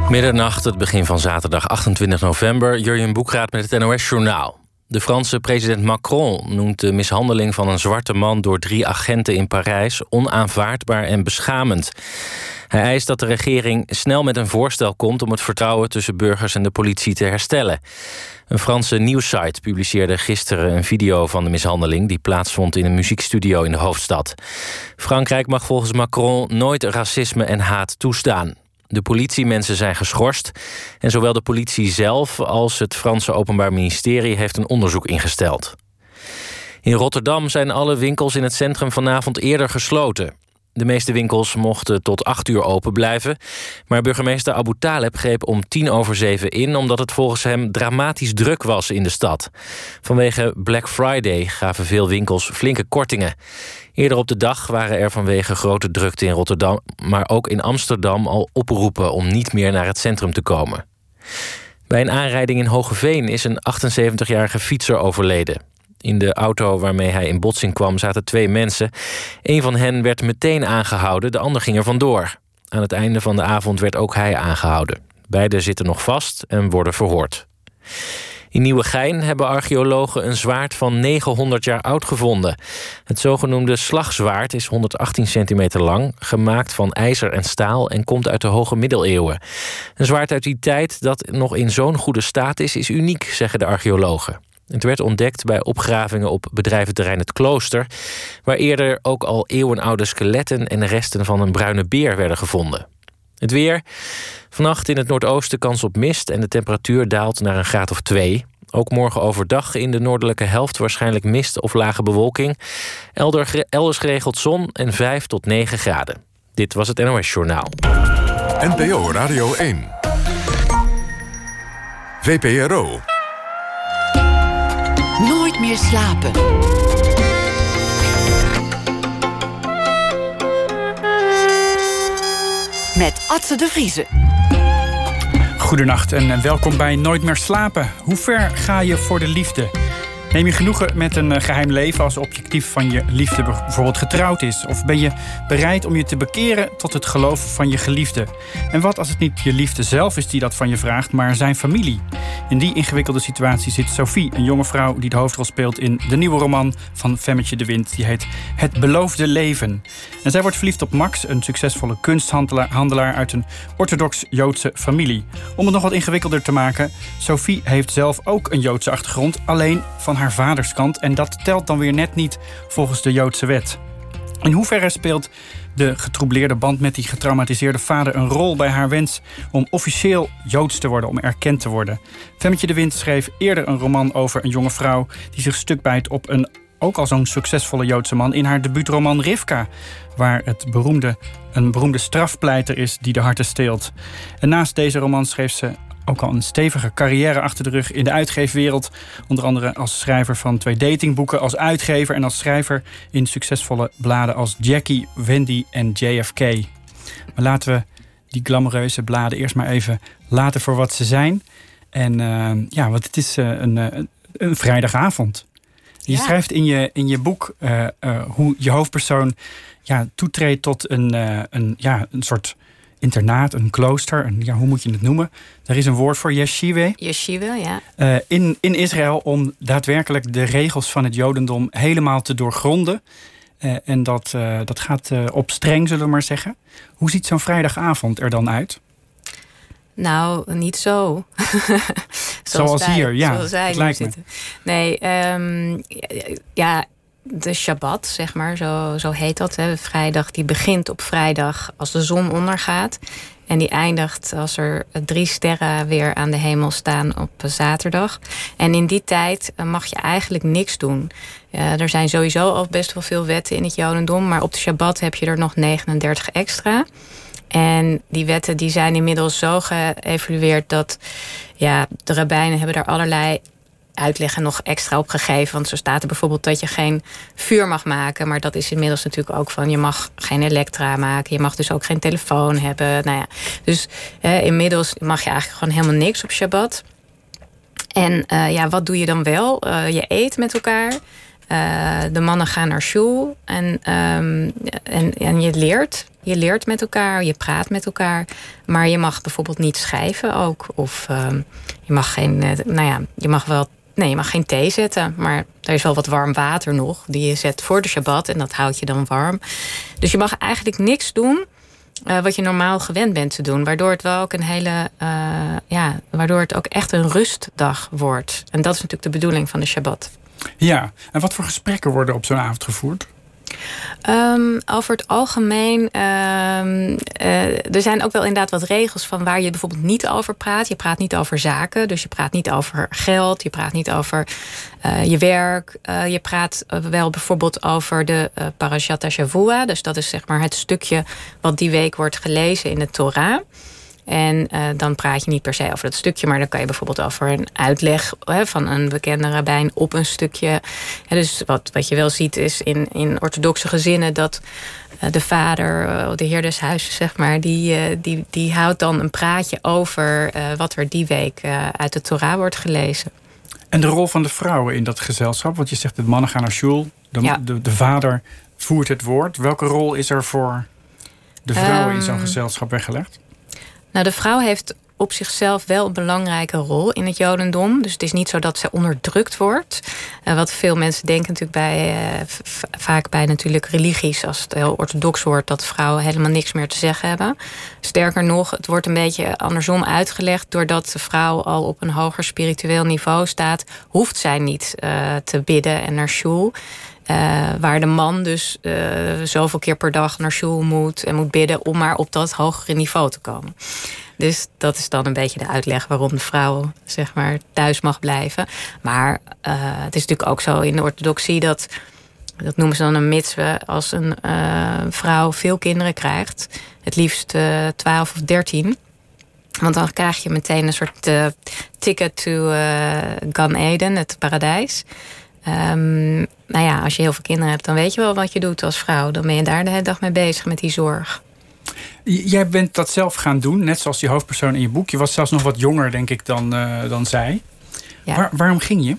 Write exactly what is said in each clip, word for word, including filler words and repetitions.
Middernacht, het begin van zaterdag achtentwintig november. Jurjen Boekraat met het N O S-journaal. De Franse president Macron noemt de mishandeling van een zwarte man door drie agenten in Parijs onaanvaardbaar en beschamend. Hij eist dat de regering snel met een voorstel komt om het vertrouwen tussen burgers en de politie te herstellen. Een Franse nieuwssite publiceerde gisteren een video van de mishandeling die plaatsvond in een muziekstudio in de hoofdstad. Frankrijk mag volgens Macron nooit racisme en haat toestaan. De politiemensen zijn geschorst en zowel de politie zelf als het Franse Openbaar Ministerie heeft een onderzoek ingesteld. In Rotterdam zijn alle winkels in het centrum vanavond eerder gesloten. De meeste winkels mochten tot acht uur open blijven, maar burgemeester Abu Taleb greep om tien over zeven in omdat het volgens hem dramatisch druk was in de stad. Vanwege Black Friday gaven veel winkels flinke kortingen. Eerder op de dag waren er vanwege grote drukte in Rotterdam, maar ook in Amsterdam al oproepen om niet meer naar het centrum te komen. Bij een aanrijding in Hoogeveen is een achtenzeventigjarige fietser overleden. In de auto waarmee hij in botsing kwam zaten twee mensen. Een van hen werd meteen aangehouden, de ander ging er vandoor. Aan het einde van de avond werd ook hij aangehouden. Beiden zitten nog vast en worden verhoord. In Nieuwegein hebben archeologen een zwaard van negenhonderd jaar oud gevonden. Het zogenoemde slagzwaard is honderdachttien centimeter lang, gemaakt van ijzer en staal en komt uit de hoge middeleeuwen. Een zwaard uit die tijd dat nog in zo'n goede staat is, is uniek, zeggen de archeologen. Het werd ontdekt bij opgravingen op bedrijventerrein Het Klooster, waar eerder ook al eeuwenoude skeletten en resten van een bruine beer werden gevonden. Het weer. Vannacht in het noordoosten kans op mist en de temperatuur daalt naar een graad of twee. Ook morgen overdag in de noordelijke helft waarschijnlijk mist of lage bewolking. Elders geregeld zon en vijf tot negen graden. Dit was het N O S-journaal. N P O Radio één. V P R O. Nooit meer slapen. Met Atze de Vrieze. Goedenacht en welkom bij Nooit meer slapen. Hoe ver ga je voor de liefde? Neem je genoegen met een geheim leven als objectief van je liefde bijvoorbeeld getrouwd is? Of ben je bereid om je te bekeren tot het geloof van je geliefde? En wat als het niet je liefde zelf is die dat van je vraagt, maar zijn familie? In die ingewikkelde situatie zit Sophie, een jonge vrouw die de hoofdrol speelt in de nieuwe roman van Femmetje de Wint. Die heet Het Beloofde Leven. En zij wordt verliefd op Max, een succesvolle kunsthandelaar uit een orthodox-Joodse familie. Om het nog wat ingewikkelder te maken, Sophie heeft zelf ook een Joodse achtergrond, alleen van haar vaderskant. En dat telt dan weer net niet volgens de Joodse wet. In hoeverre speelt de getroubleerde band met die getraumatiseerde vader een rol bij haar wens om officieel Joods te worden, om erkend te worden? Femmetje de Wint schreef eerder een roman over een jonge vrouw die zich stuk bijt op een ook al zo'n succesvolle Joodse man in haar debuutroman Rivka, waar het beroemde, een beroemde strafpleiter is die de harten steelt. En naast deze roman schreef ze ook al een stevige carrière achter de rug in de uitgeefwereld. Onder andere als schrijver van twee datingboeken, als uitgever en als schrijver in succesvolle bladen als Jackie, Wendy en J F K. Maar laten we die glamoureuze bladen eerst maar even laten voor wat ze zijn. En uh, ja, want het is uh, een, een, een vrijdagavond. Je ja. schrijft in je, in je boek uh, uh, hoe je hoofdpersoon ja, toetreedt tot een, uh, een, ja, een soort internaat, een klooster, een, ja, hoe moet je het noemen? Daar is een woord voor, yeshiva. Yeshiva, ja. Uh, in, in Israël om daadwerkelijk de regels van het Jodendom helemaal te doorgronden. Uh, en dat, uh, dat gaat uh, op streng, zullen we maar zeggen. Hoe ziet zo'n vrijdagavond er dan uit? Nou, niet zo. Zoals, Zoals wij, hier, ja. Zoals zij het lijkt zitten. Me. Nee, um, ja, de Shabbat, zeg maar, zo, zo heet dat. Hè. Vrijdag, die begint op vrijdag als de zon ondergaat. En die eindigt als er drie sterren weer aan de hemel staan op zaterdag. En in die tijd mag je eigenlijk niks doen. Uh, er zijn sowieso al best wel veel wetten in het Jodendom. Maar op de Shabbat heb je er nog negenendertig extra. En die wetten die zijn inmiddels zo geëvalueerd dat ja, de rabbijnen hebben daar allerlei uitleggen nog extra op gegeven. Want zo staat er bijvoorbeeld dat je geen vuur mag maken. Maar dat is inmiddels natuurlijk ook van je mag geen elektra maken. Je mag dus ook geen telefoon hebben. Nou ja, dus eh, inmiddels mag je eigenlijk gewoon helemaal niks op Shabbat. En uh, ja, wat doe je dan wel? Uh, je eet met elkaar. Uh, de mannen gaan naar shul. En, um, en, en je leert. Je leert met elkaar, je praat met elkaar. Maar je mag bijvoorbeeld niet schrijven ook. Of uh, je mag geen, uh, nou ja, je mag wel, nee, je mag geen thee zetten. Maar er is wel wat warm water nog, die je zet voor de Shabbat. En dat houdt je dan warm. Dus je mag eigenlijk niks doen uh, wat je normaal gewend bent te doen. Waardoor het wel ook een hele, uh, ja, waardoor het ook echt een rustdag wordt. En dat is natuurlijk de bedoeling van de Shabbat. Ja, en wat voor gesprekken worden op zo'n avond gevoerd? Um, over het algemeen, um, uh, er zijn ook wel inderdaad wat regels van waar je bijvoorbeeld niet over praat. Je praat niet over zaken, dus je praat niet over geld, je praat niet over uh, je werk. Uh, je praat wel bijvoorbeeld over de uh, Parashat HaShavua, dus dat is zeg maar het stukje wat die week wordt gelezen in de Torah. En uh, dan praat je niet per se over dat stukje, maar dan kan je bijvoorbeeld over een uitleg hè, van een bekende rabbijn op een stukje. Ja, dus wat, wat je wel ziet is in, in orthodoxe gezinnen dat uh, de vader, uh, de heer des huizes, zeg maar, die, uh, die, die houdt dan een praatje over uh, wat er die week uh, uit de Torah wordt gelezen. En de rol van de vrouwen in dat gezelschap? Want je zegt, de mannen gaan naar shul, de, ja. de, de vader voert het woord. Welke rol is er voor de vrouwen um, in zo'n gezelschap weggelegd? Nou, de vrouw heeft op zichzelf wel een belangrijke rol in het Jodendom. Dus het is niet zo dat ze onderdrukt wordt. Uh, wat veel mensen denken natuurlijk bij, uh, v- vaak bij natuurlijk religies, als het heel orthodox wordt, dat vrouwen helemaal niks meer te zeggen hebben. Sterker nog, het wordt een beetje andersom uitgelegd. Doordat de vrouw al op een hoger spiritueel niveau staat, hoeft zij niet uh, te bidden en naar shul. Uh, waar de man dus uh, zoveel keer per dag naar shul moet en moet bidden om maar op dat hogere niveau te komen. Dus dat is dan een beetje de uitleg waarom de vrouw zeg maar thuis mag blijven. Maar uh, het is natuurlijk ook zo in de orthodoxie dat, dat noemen ze dan een mitzwe, als een uh, vrouw veel kinderen krijgt, het liefst uh, twaalf of dertien. Want dan krijg je meteen een soort uh, ticket to uh, Gan Eden, het paradijs. Um, nou ja, als je heel veel kinderen hebt, dan weet je wel wat je doet als vrouw. Dan ben je daar de hele dag mee bezig met die zorg. Jij bent dat zelf gaan doen, net zoals die hoofdpersoon in je boek. Je was zelfs nog wat jonger, denk ik, dan, uh, dan zij. Ja. Waar, waarom ging je?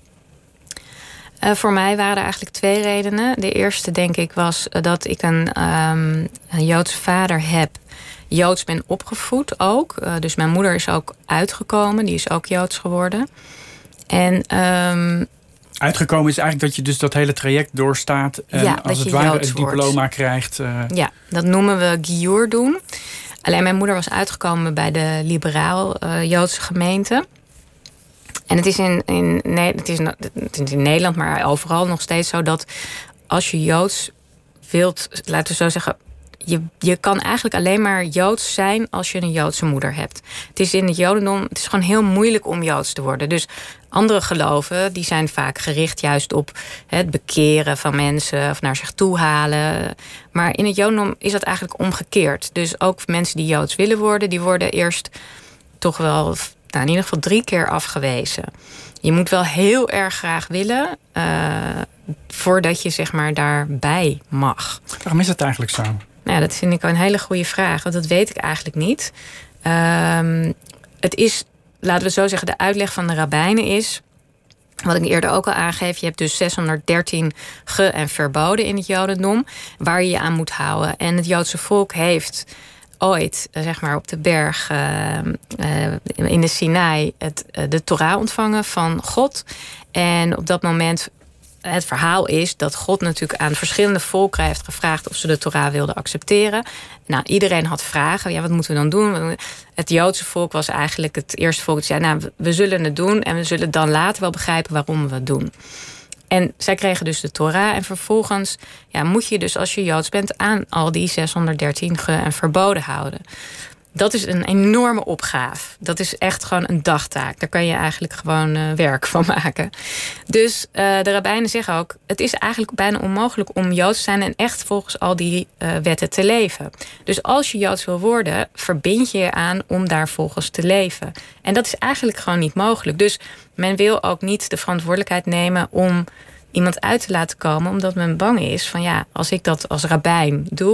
Uh, voor mij waren er eigenlijk twee redenen. De eerste, denk ik, was dat ik een, um, een Joodse vader heb. Joods ben opgevoed ook. Uh, dus mijn moeder is ook uitgekomen. Die is ook Joods geworden. En Um, Uitgekomen is eigenlijk dat je dus dat hele traject doorstaat en ja, als het ware een diploma wordt. krijgt. Uh... Ja, dat noemen we giur doen. Alleen mijn moeder was uitgekomen bij de liberaal-Joodse uh, gemeente. En het is in, in, nee, het, is, het is in Nederland, maar overal nog steeds zo dat als je Joods wilt, laten we zo zeggen, Je, je kan eigenlijk alleen maar Joods zijn als je een Joodse moeder hebt. Het is in het Jodendom, het is gewoon heel moeilijk om Joods te worden. Dus andere geloven, die zijn vaak gericht juist op het bekeren van mensen of naar zich toe halen. Maar in het Jodendom is dat eigenlijk omgekeerd. Dus ook mensen die Joods willen worden, die worden eerst toch wel, nou, in ieder geval drie keer afgewezen. Je moet wel heel erg graag willen uh, voordat je zeg maar daarbij mag. Waarom is dat eigenlijk zo? Nou, dat vind ik een hele goede vraag, want dat weet ik eigenlijk niet. Um, het is, laten we zo zeggen, de uitleg van de rabbijnen is, wat ik eerder ook al aangeef, je hebt dus zeshonderddertien ge- en verboden in het Jodendom, waar je je aan moet houden. En het Joodse volk heeft ooit, zeg maar, op de berg uh, uh, in de Sinai het, uh, de Torah ontvangen van God. En op dat moment, het verhaal is dat God natuurlijk aan verschillende volkeren heeft gevraagd of ze de Torah wilden accepteren. Nou, iedereen had vragen. Ja, wat moeten we dan doen? Het Joodse volk was eigenlijk het eerste volk dat zei, nou, we zullen het doen en we zullen dan later wel begrijpen waarom we het doen. En zij kregen dus de Torah. En vervolgens ja, moet je dus als je Joods bent aan al die zeshonderddertien ge- en verboden houden. Dat is een enorme opgave. Dat is echt gewoon een dagtaak. Daar kan je eigenlijk gewoon uh, werk van maken. Dus uh, de rabbijnen zeggen ook, het is eigenlijk bijna onmogelijk om Joods te zijn en echt volgens al die uh, wetten te leven. Dus als je Joods wil worden, verbind je je aan om daar volgens te leven. En dat is eigenlijk gewoon niet mogelijk. Dus men wil ook niet de verantwoordelijkheid nemen om iemand uit te laten komen, omdat men bang is van ja, als ik dat als rabbijn doe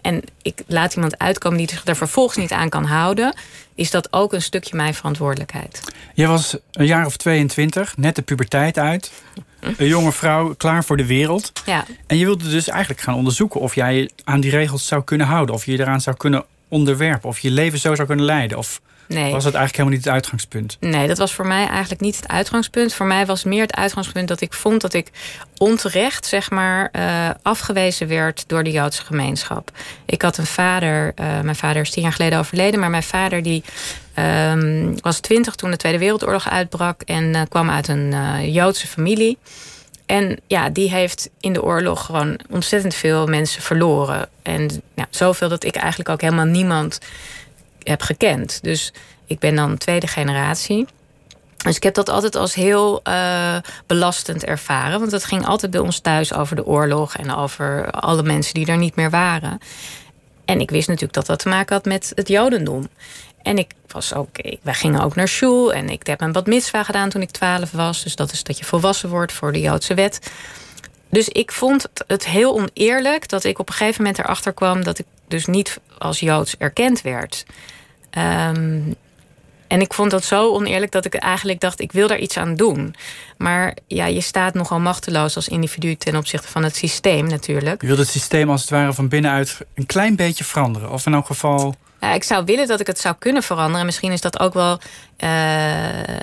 en ik laat iemand uitkomen die zich er vervolgens niet aan kan houden, is dat ook een stukje mijn verantwoordelijkheid. Jij was een jaar of tweeëntwintig, net de puberteit uit. Een jonge vrouw, klaar voor de wereld. Ja. En je wilde dus eigenlijk gaan onderzoeken of jij je aan die regels zou kunnen houden. Of je je eraan zou kunnen onderwerpen. Of je leven zo zou kunnen leiden. Of Nee. was dat eigenlijk helemaal niet het uitgangspunt? Nee, dat was voor mij eigenlijk niet het uitgangspunt. Voor mij was meer het uitgangspunt dat ik vond dat ik onterecht, zeg maar, uh, afgewezen werd door de Joodse gemeenschap. Ik had een vader, uh, mijn vader is tien jaar geleden overleden, maar mijn vader die um, was twintig toen de Tweede Wereldoorlog uitbrak en uh, kwam uit een uh, Joodse familie. En ja, die heeft in de oorlog gewoon ontzettend veel mensen verloren. En ja, zoveel dat ik eigenlijk ook helemaal niemand heb gekend. Dus ik ben dan tweede generatie. Dus ik heb dat altijd als heel uh, belastend ervaren. Want het ging altijd bij ons thuis over de oorlog en over alle mensen die er niet meer waren. En ik wist natuurlijk dat dat te maken had met het Jodendom. En ik was ook, ik, wij gingen ook naar shul. En ik heb een bat mitzwa gedaan toen ik twaalf was. Dus dat is dat je volwassen wordt voor de Joodse wet. Dus ik vond het heel oneerlijk dat ik op een gegeven moment erachter kwam dat ik dus niet als Joods erkend werd. Um, en ik vond dat zo oneerlijk dat ik eigenlijk dacht, ik wil daar iets aan doen. Maar ja, je staat nogal machteloos als individu ten opzichte van het systeem natuurlijk. Je wilde het systeem als het ware van binnenuit een klein beetje veranderen? Of in elk geval... Ja, ik zou willen dat ik het zou kunnen veranderen. Misschien is dat ook wel uh,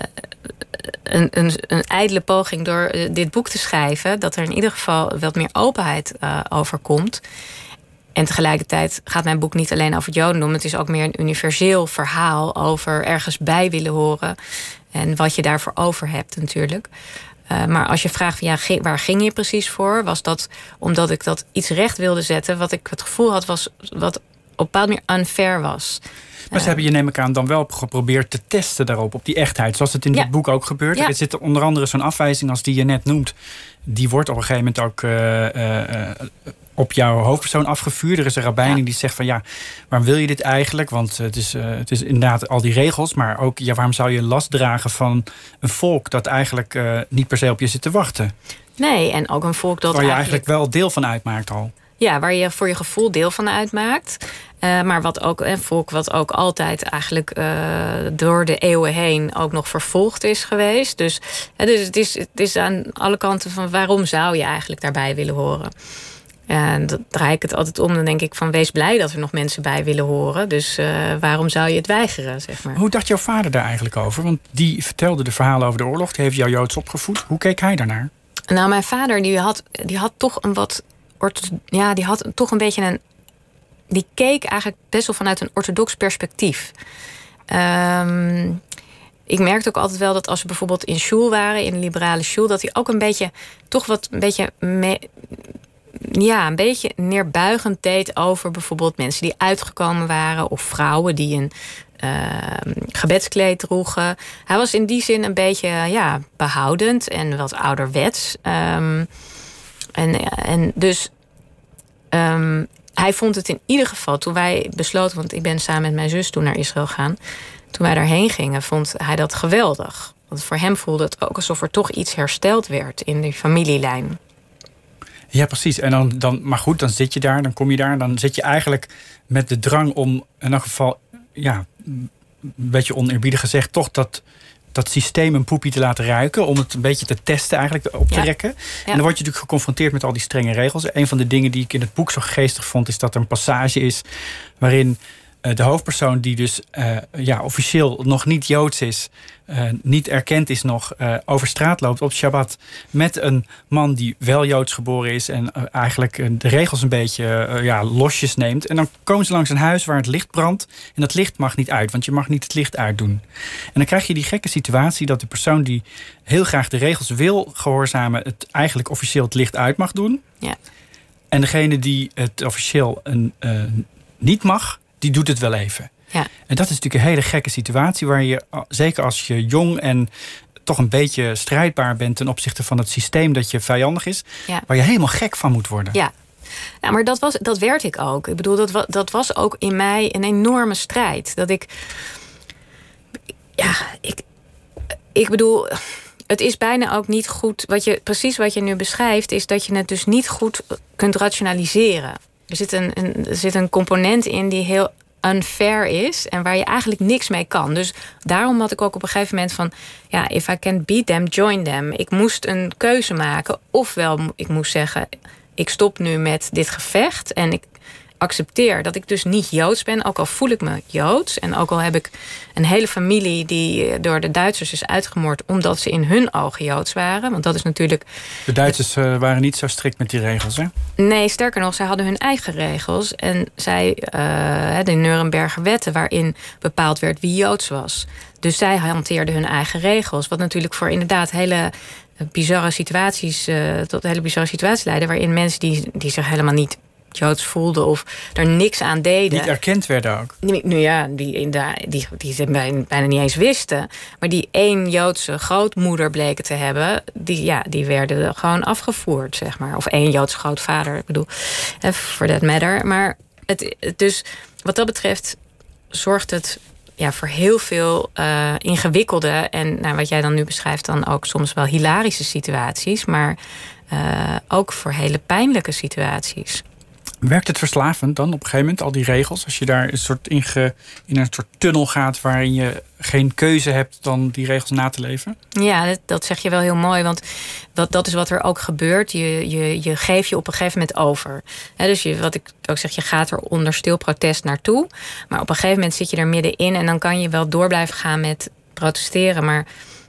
een, een, een ijdele poging door dit boek te schrijven. Dat er in ieder geval wat meer openheid uh, over komt. En tegelijkertijd gaat mijn boek niet alleen over het Jodendom. Het is ook meer een universeel verhaal over ergens bij willen horen. En wat je daarvoor over hebt natuurlijk. Uh, maar als je vraagt, van, ja, waar ging je precies voor? Was dat omdat ik dat iets recht wilde zetten. Wat ik het gevoel had was wat op een bepaalde manier unfair was. Maar ze hebben je, neem ik aan, dan wel geprobeerd te testen daarop, op die echtheid. Zoals het in ja. dit boek ook gebeurt. Ja. Er zit onder andere zo'n afwijzing als die je net noemt. Die wordt op een gegeven moment ook uh, uh, op jouw hoofdpersoon afgevuurd. Er is een rabbijn ja. die zegt van ja, waarom wil je dit eigenlijk? Want het is, uh, het is inderdaad al die regels. Maar ook, ja, waarom zou je last dragen van een volk dat eigenlijk uh, niet per se op je zit te wachten? Nee, en ook een volk dat waar je eigenlijk... eigenlijk wel deel van uitmaakt al. Ja, waar je voor je gevoel deel van uitmaakt. Uh, maar wat ook een volk wat ook altijd eigenlijk uh, door de eeuwen heen ook nog vervolgd is geweest. Dus, uh, dus het, is, het is aan alle kanten van waarom zou je eigenlijk daarbij willen horen? En dat draai ik het altijd om. Dan denk ik van wees blij dat er nog mensen bij willen horen. Dus uh, waarom zou je het weigeren, zeg maar. Hoe dacht jouw vader daar eigenlijk over? Want die vertelde de verhalen over de oorlog. Die heeft jou Joods opgevoed. Hoe keek hij daarnaar? Nou, mijn vader die had, die had toch een wat... Ja, die had toch een beetje een... Die keek eigenlijk best wel vanuit een orthodox perspectief. Um, ik merkte ook altijd wel dat als we bijvoorbeeld in shul waren, in een liberale shul, dat hij ook een beetje, toch wat een beetje, me, ja, een beetje neerbuigend deed over bijvoorbeeld mensen die uitgekomen waren of vrouwen die een uh, gebedskleed droegen. Hij was in die zin een beetje, ja, behoudend en wat ouderwets. Um, en, en dus um, hij vond het in ieder geval, toen wij besloten, want ik ben samen met mijn zus toen naar Israël gegaan. Toen wij daarheen gingen, vond hij dat geweldig. Want voor hem voelde het ook alsof er toch iets hersteld werd in die familielijn. Ja, precies. En dan, dan, maar goed, dan zit je daar, dan kom je daar. Dan zit je eigenlijk met de drang om in elk geval, ja, een beetje oneerbiedig gezegd, toch dat, dat systeem een poepie te laten ruiken. Om het een beetje te testen, eigenlijk op te ja. rekken. Ja. En dan word je natuurlijk geconfronteerd met al die strenge regels. Een van de dingen die ik in het boek zo geestig vond, is dat er een passage is waarin de hoofdpersoon, die dus uh, ja, officieel nog niet Joods is, uh, niet erkend is nog, uh, over straat loopt op Shabbat met een man die wel Joods geboren is en uh, eigenlijk uh, de regels een beetje uh, ja, losjes neemt. En dan komen ze langs een huis waar het licht brandt en dat licht mag niet uit, want je mag niet het licht uitdoen. En dan krijg je die gekke situatie dat de persoon die heel graag de regels wil gehoorzamen, het eigenlijk officieel het licht uit mag doen. Ja. En degene die het officieel een, uh, niet mag, die doet het wel even. Ja. En dat is natuurlijk een hele gekke situatie waar je, zeker als je jong en toch een beetje strijdbaar bent ten opzichte van het systeem dat je vijandig is, ja. waar je helemaal gek van moet worden. Ja, ja, maar dat, was, dat werd ik ook. Ik bedoel, dat, dat was ook in mij een enorme strijd. Dat ik, ja, ik, ik bedoel, het is bijna ook niet goed, wat je, precies wat je nu beschrijft, is dat je het dus niet goed kunt rationaliseren. er zit een, een, er zit een component in die heel unfair is en waar je eigenlijk niks mee kan. Dus daarom had ik ook op een gegeven moment van, ja, if I can beat them, join them. Ik moest een keuze maken. Ofwel, ik moest zeggen, ik stop nu met dit gevecht en ik accepteer dat ik dus niet Joods ben, ook al voel ik me Joods. En ook al heb ik een hele familie die door de Duitsers is uitgemoord omdat ze in hun ogen Joods waren. Want dat is natuurlijk... De Duitsers uh, waren niet zo strikt met die regels, hè? Nee, sterker nog, zij hadden hun eigen regels. En zij, uh, de Nuremberger wetten, waarin bepaald werd wie Joods was. Dus zij hanteerden hun eigen regels. Wat natuurlijk voor inderdaad hele bizarre situaties, uh, tot hele bizarre situaties leidde, waarin mensen die, die zich helemaal niet Joods voelden of er niks aan deden. Niet erkend werden ook. Nu ja, die, die, die, die ze bijna niet eens wisten. Maar die één Joodse grootmoeder bleken te hebben, die, ja, die werden gewoon afgevoerd, zeg maar. Of één Joodse grootvader, ik bedoel, for that matter. Maar het, dus wat dat betreft zorgt het ja, voor heel veel uh, ingewikkelde en nou, wat jij dan nu beschrijft, dan ook soms wel hilarische situaties, maar uh, ook voor hele pijnlijke situaties. Werkt het verslavend dan op een gegeven moment, al die regels? Als je daar een soort in, ge, in een soort tunnel gaat waarin je geen keuze hebt dan die regels na te leven? Ja, dat, dat zeg je wel heel mooi. Want dat, dat is wat er ook gebeurt. Je, je, je geeft je op een gegeven moment over. He, dus je, wat ik ook zeg, je gaat er onder stil protest naartoe. Maar op een gegeven moment zit je er middenin en dan kan je wel door blijven gaan met protesteren. Maar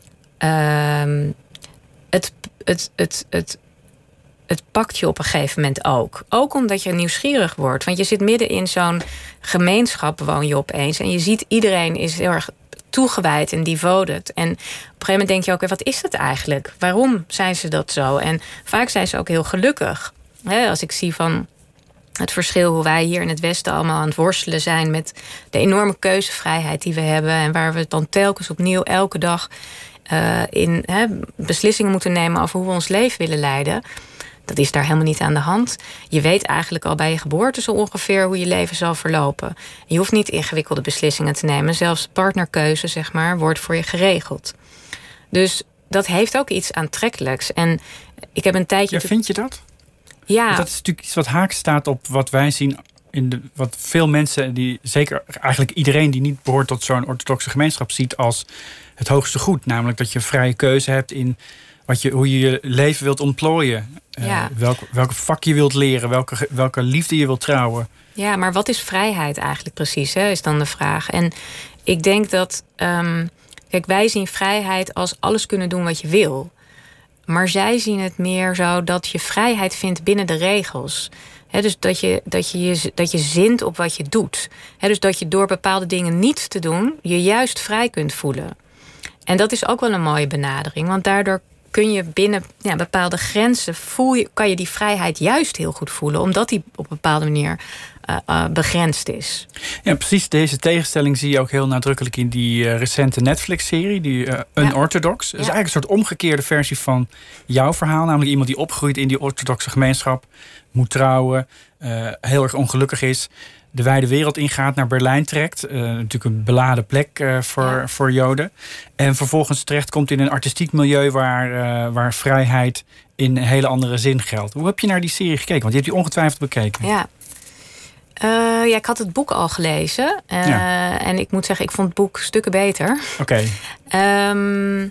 uh, het, het, het, het Het pakt je op een gegeven moment ook. Ook omdat je nieuwsgierig wordt. Want je zit midden in zo'n gemeenschap, woon je opeens. En je ziet iedereen is heel erg toegewijd en devoted. En op een gegeven moment denk je ook, wat is dat eigenlijk? Waarom zijn ze dat zo? En vaak zijn ze ook heel gelukkig. He, als ik zie van het verschil hoe wij hier in het Westen allemaal aan het worstelen zijn met de enorme keuzevrijheid die we hebben. En waar we dan telkens opnieuw elke dag uh, in he, beslissingen moeten nemen over hoe we ons leven willen leiden. Dat is daar helemaal niet aan de hand. Je weet eigenlijk al bij je geboorte zo ongeveer hoe je leven zal verlopen. Je hoeft niet ingewikkelde beslissingen te nemen. Zelfs partnerkeuze, zeg maar, wordt voor je geregeld. Dus dat heeft ook iets aantrekkelijks. En ik heb een tijdje... Ja, vind je dat? Ja. Want dat is natuurlijk iets wat haaks staat op wat wij zien in de, wat veel mensen, die zeker eigenlijk iedereen die niet behoort tot zo'n orthodoxe gemeenschap, ziet als het hoogste goed. Namelijk dat je vrije keuze hebt in wat je, hoe je je leven wilt ontplooien. Ja. Uh, welk, welke vak je wilt leren, welke, welke liefde je wilt trouwen. Ja, maar wat is vrijheid eigenlijk precies, hè, is dan de vraag. En ik denk dat, um, kijk, wij zien vrijheid als alles kunnen doen wat je wil. Maar zij zien het meer zo dat je vrijheid vindt binnen de regels. He, dus dat je, dat, je je, dat je zint op wat je doet. He, dus dat je door bepaalde dingen niet te doen je juist vrij kunt voelen. En dat is ook wel een mooie benadering. Want daardoor kun je binnen ja, bepaalde grenzen voel je, kan je die vrijheid juist heel goed voelen. Omdat die op een bepaalde manier uh, uh, begrensd is. Ja, precies deze tegenstelling zie je ook heel nadrukkelijk in die uh, recente Netflix-serie, die uh, Unorthodox. Ja. Dat is eigenlijk een soort omgekeerde versie van jouw verhaal. Namelijk iemand die opgroeit in die orthodoxe gemeenschap, moet trouwen, uh, heel erg ongelukkig is, de wijde wereld ingaat, naar Berlijn trekt. Uh, natuurlijk een beladen plek uh, voor, ja. voor Joden. En vervolgens terechtkomt in een artistiek milieu waar, uh, waar vrijheid in een hele andere zin geldt. Hoe heb je naar die serie gekeken? Want je hebt die ongetwijfeld bekeken. Ja. Uh, ja, ik had het boek al gelezen. Uh, ja. En ik moet zeggen, ik vond het boek stukken beter. Oké. Okay. Um,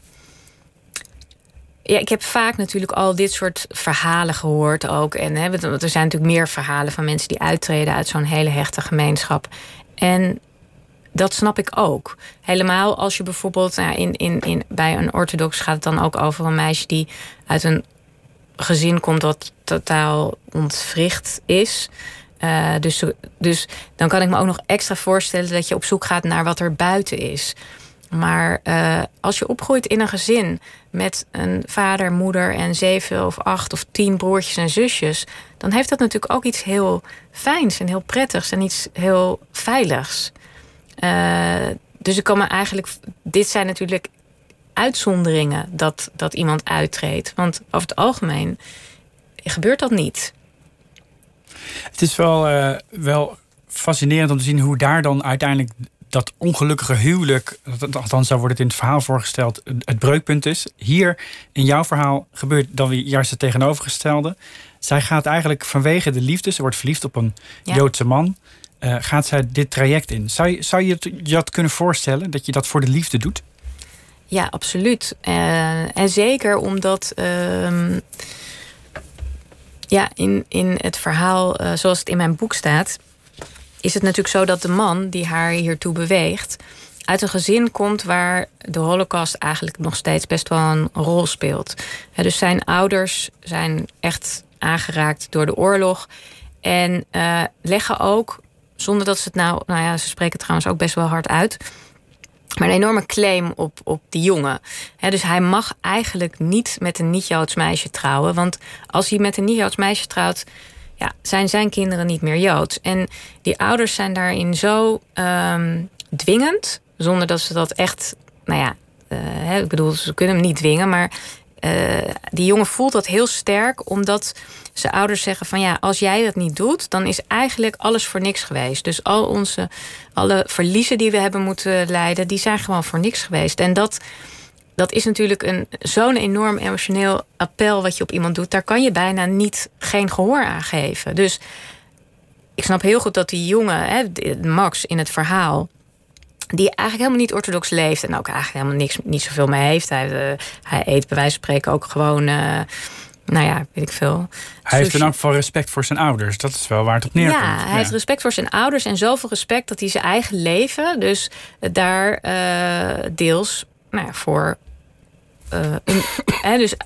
Ja, ik heb vaak natuurlijk al dit soort verhalen gehoord ook. En hè, er zijn natuurlijk meer verhalen van mensen die uittreden uit zo'n hele hechte gemeenschap. En dat snap ik ook. Helemaal als je bijvoorbeeld nou, in, in, in, bij een orthodox gaat het dan ook over een meisje die uit een gezin komt dat totaal ontwricht is. Uh, dus, dus dan kan ik me ook nog extra voorstellen dat je op zoek gaat naar wat er buiten is. Maar uh, als je opgroeit in een gezin met een vader, moeder en zeven of acht of tien broertjes en zusjes, dan heeft dat natuurlijk ook iets heel fijns en heel prettigs en iets heel veiligs. Uh, dus ik kan me eigenlijk, dit zijn natuurlijk uitzonderingen dat, dat iemand uittreedt. Want over het algemeen gebeurt dat niet. Het is wel, uh, wel fascinerend om te zien hoe daar dan uiteindelijk dat ongelukkige huwelijk, althans zo wordt het in het verhaal voorgesteld, het breukpunt is. Hier in jouw verhaal gebeurt dan weer juist het tegenovergestelde. Zij gaat eigenlijk vanwege de liefde, ze wordt verliefd op een ja. Joodse man, uh, gaat zij dit traject in. Zou, zou je het, je dat kunnen voorstellen, dat je dat voor de liefde doet? Ja, absoluut. Uh, en zeker omdat uh, ja, in, in het verhaal, uh, zoals het in mijn boek staat, is het natuurlijk zo dat de man die haar hiertoe beweegt uit een gezin komt waar de Holocaust eigenlijk nog steeds best wel een rol speelt. Ja, dus zijn ouders zijn echt aangeraakt door de oorlog en uh, leggen ook, zonder dat ze het nou, nou ja, ze spreken trouwens ook best wel hard uit, maar een enorme claim op, op die jongen. He, dus hij mag eigenlijk niet met een niet-Joods meisje trouwen. Want als hij met een niet-Joods meisje trouwt, ja, zijn zijn kinderen niet meer Joods. En die ouders zijn daarin zo um, dwingend, zonder dat ze dat echt, nou ja, uh, he, ik bedoel, ze kunnen hem niet dwingen, maar uh, die jongen voelt dat heel sterk, omdat zijn ouders zeggen van ja, als jij dat niet doet, dan is eigenlijk alles voor niks geweest. Dus al onze, alle verliezen die we hebben moeten lijden, die zijn gewoon voor niks geweest. En dat, dat is natuurlijk een, zo'n enorm emotioneel appel wat je op iemand doet. Daar kan je bijna niet geen gehoor aan geven. Dus ik snap heel goed dat die jongen, hè, Max in het verhaal, die eigenlijk helemaal niet orthodox leeft en ook eigenlijk helemaal niks, niet zoveel mee heeft. Hij, uh, hij eet bij wijze van spreken ook gewoon, uh, nou ja, weet ik veel. Hij sushi. heeft in elk geval respect voor zijn ouders. Dat is wel waar het op neerkomt. Ja, hij ja. heeft respect voor zijn ouders en zoveel respect dat hij zijn eigen leven dus daar uh, deels nou ja, voor uh, een, hè, dus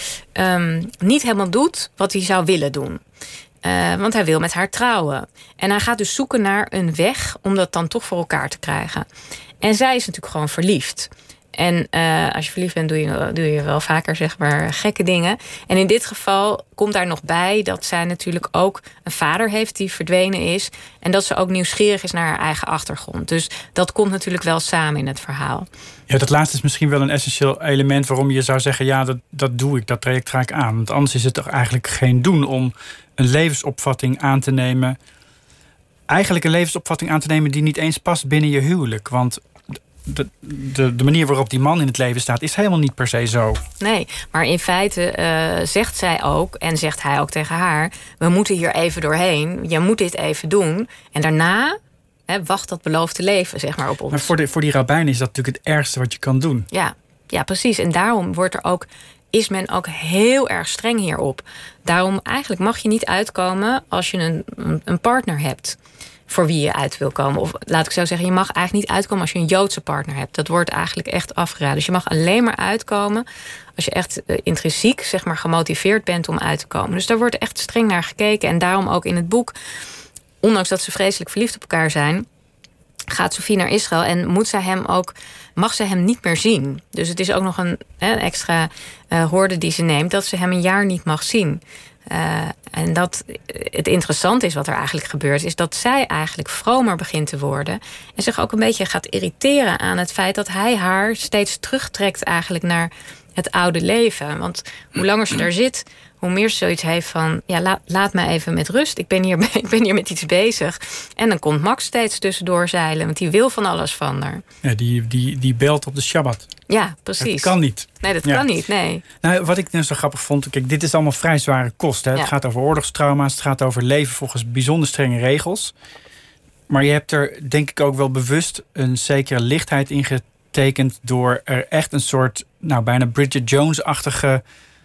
um, niet helemaal doet wat hij zou willen doen. Uh, want hij wil met haar trouwen. En hij gaat dus zoeken naar een weg om dat dan toch voor elkaar te krijgen. En zij is natuurlijk gewoon verliefd. En uh, als je verliefd bent, doe je, doe je wel vaker zeg maar gekke dingen. En in dit geval komt daar nog bij dat zij natuurlijk ook een vader heeft die verdwenen is. En dat ze ook nieuwsgierig is naar haar eigen achtergrond. Dus dat komt natuurlijk wel samen in het verhaal. Ja, dat laatste is misschien wel een essentieel element waarom je zou zeggen, ja, dat, dat doe ik, dat traject ga ik aan. Want anders is het toch eigenlijk geen doen om een levensopvatting aan te nemen. Eigenlijk een levensopvatting aan te nemen die niet eens past binnen je huwelijk. Want de, de, de manier waarop die man in het leven staat is helemaal niet per se zo. Nee, maar in feite uh, zegt zij ook, en zegt hij ook tegen haar, we moeten hier even doorheen. Je moet dit even doen. En daarna hè, wacht dat beloofde leven zeg maar op ons. Maar voor, de, voor die rabbijn is dat natuurlijk het ergste wat je kan doen. Ja, ja, precies. En daarom wordt er ook, is men ook heel erg streng hierop. Daarom eigenlijk mag je niet uitkomen als je een, een partner hebt voor wie je uit wil komen. Of laat ik zo zeggen, je mag eigenlijk niet uitkomen als je een Joodse partner hebt. Dat wordt eigenlijk echt afgeraden. Dus je mag alleen maar uitkomen als je echt uh, intrinsiek zeg maar, gemotiveerd bent om uit te komen. Dus daar wordt echt streng naar gekeken. En daarom ook in het boek, ondanks dat ze vreselijk verliefd op elkaar zijn, gaat Sophie naar Israël en moet zij hem ook, mag ze hem niet meer zien. Dus het is ook nog een hè, extra uh, hoorde die ze neemt, dat ze hem een jaar niet mag zien. Uh, en dat het interessante is wat er eigenlijk gebeurt, is dat zij eigenlijk vromer begint te worden en zich ook een beetje gaat irriteren aan het feit dat hij haar steeds terugtrekt eigenlijk naar het oude leven. Want hoe langer ze daar zit, hoe meer ze zoiets heeft van, ja, laat, laat me even met rust. Ik ben, hier, ik ben hier met iets bezig. En dan komt Max steeds tussendoor zeilen, want die wil van alles van haar. Ja, die, die, die belt op de Shabbat. Ja, precies. Dat kan niet. Nee, dat ja. kan niet, nee. Nou, wat ik nou zo grappig vond, kijk, dit is allemaal vrij zware kost. Hè? Ja. Het gaat over oorlogstrauma's, het gaat over leven volgens bijzonder strenge regels. Maar je hebt er, denk ik, ook wel bewust een zekere lichtheid in getekend door er echt een soort, nou, bijna Bridget Jones-achtige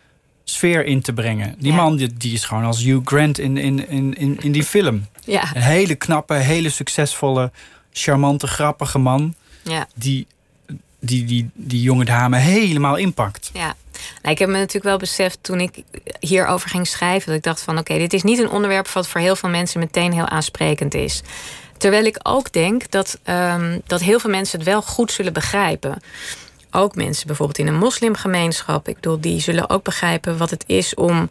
sfeer in te brengen. Die ja. man die, die is gewoon als Hugh Grant in, in, in, in, in die film. Ja. Een hele knappe, hele succesvolle, charmante, grappige man. Ja. Die, die, die die jonge dame helemaal inpakt. Ja. Nou, ik heb me natuurlijk wel beseft toen ik hierover ging schrijven, dat ik dacht van oké, okay, dit is niet een onderwerp wat voor heel veel mensen meteen heel aansprekend is. Terwijl ik ook denk dat, um, dat heel veel mensen het wel goed zullen begrijpen. Ook mensen bijvoorbeeld in een moslimgemeenschap. Ik bedoel, die zullen ook begrijpen wat het is om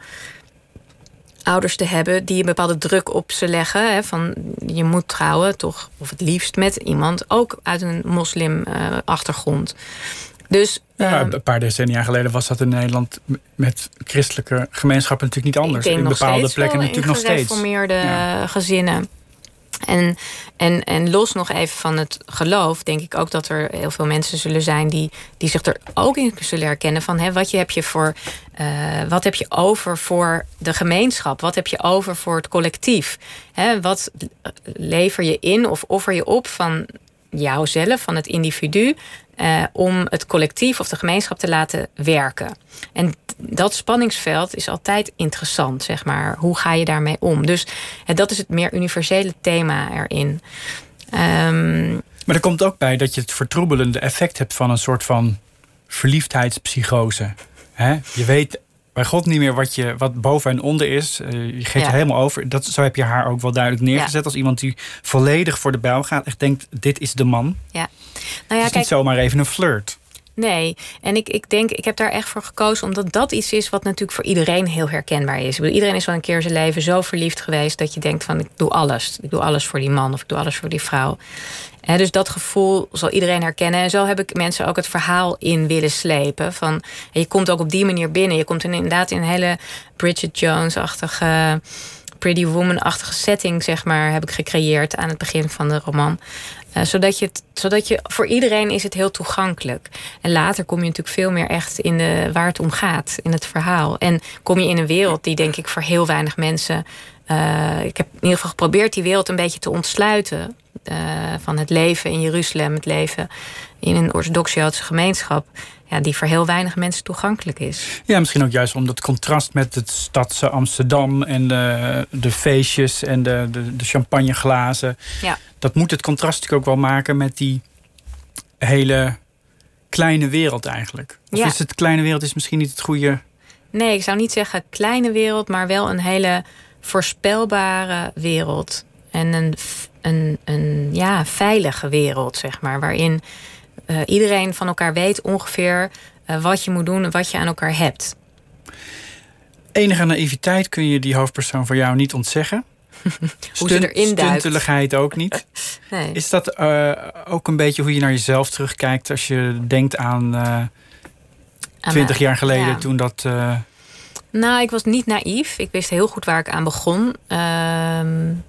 ouders te hebben die een bepaalde druk op ze leggen. Hè, van je moet trouwen, toch, of het liefst met iemand ook uit een moslim uh, achtergrond. Dus, ja, um, een paar decennia geleden was dat in Nederland met christelijke gemeenschappen natuurlijk niet anders. In bepaalde plekken natuurlijk nog steeds. Gereformeerde ja. gezinnen. En, en, en los nog even van het geloof, denk ik ook dat er heel veel mensen zullen zijn die, die zich er ook in zullen herkennen van hè, wat je heb je voor, uh, wat heb je over voor de gemeenschap? Wat heb je over voor het collectief? Hè, wat lever je in of offer je op van jouzelf, van het individu, uh, om het collectief of de gemeenschap te laten werken? En dat spanningsveld is altijd interessant, zeg maar. Hoe ga je daarmee om? Dus hè, dat is het meer universele thema erin. Um, maar er komt ook bij dat je het vertroebelende effect hebt van een soort van verliefdheidspsychose. Hè? Je weet bij God niet meer wat, je, wat boven en onder is. Uh, je geeft ja. je helemaal over. Dat, zo heb je haar ook wel duidelijk neergezet. Ja. Als iemand die volledig voor de bijl gaat. Echt denkt, dit is de man. Ja. Nou ja, het is kijk, niet zomaar even een flirt. Nee, en ik, ik denk, ik heb daar echt voor gekozen, omdat dat iets is wat natuurlijk voor iedereen heel herkenbaar is. Ik bedoel, iedereen is wel een keer in zijn leven zo verliefd geweest dat je denkt van ik doe alles. Ik doe alles voor die man of ik doe alles voor die vrouw. He, dus dat gevoel zal iedereen herkennen. En zo heb ik mensen ook het verhaal in willen slepen. Van, je komt ook op die manier binnen. Je komt in, inderdaad in een hele Bridget Jones-achtige, Pretty Woman-achtige setting, zeg maar, heb ik gecreëerd aan het begin van de roman. Uh, zodat, je het, zodat je, voor iedereen is het heel toegankelijk. En later kom je natuurlijk veel meer echt in de, waar het om gaat, in het verhaal. En kom je in een wereld die denk ik voor heel weinig mensen... Uh, ik heb in ieder geval geprobeerd die wereld een beetje te ontsluiten. Uh, van het leven in Jeruzalem, het leven in een orthodox-Joodse gemeenschap. Ja, die voor heel weinig mensen toegankelijk is. Ja, misschien ook juist om dat contrast met het stadse Amsterdam en de, de feestjes en de, de, de champagneglazen. Ja. Dat moet het contrast natuurlijk ook wel maken met die hele kleine wereld eigenlijk. Of ja. is het kleine wereld is misschien niet het goede... Nee, ik zou niet zeggen kleine wereld, maar wel een hele voorspelbare wereld. En een, een, een ja, veilige wereld, zeg maar. Waarin uh, iedereen van elkaar weet ongeveer uh, wat je moet doen en wat je aan elkaar hebt. Enige naïviteit kun je die hoofdpersoon voor jou niet ontzeggen. Hoe ze erin duikt. Stunteligheid ook niet. Nee. Is dat uh, ook een beetje hoe je naar jezelf terugkijkt als je denkt aan twintig uh, jaar geleden ja. toen dat... Uh... Nou, ik was niet naïef. Ik wist heel goed waar ik aan begon. Um,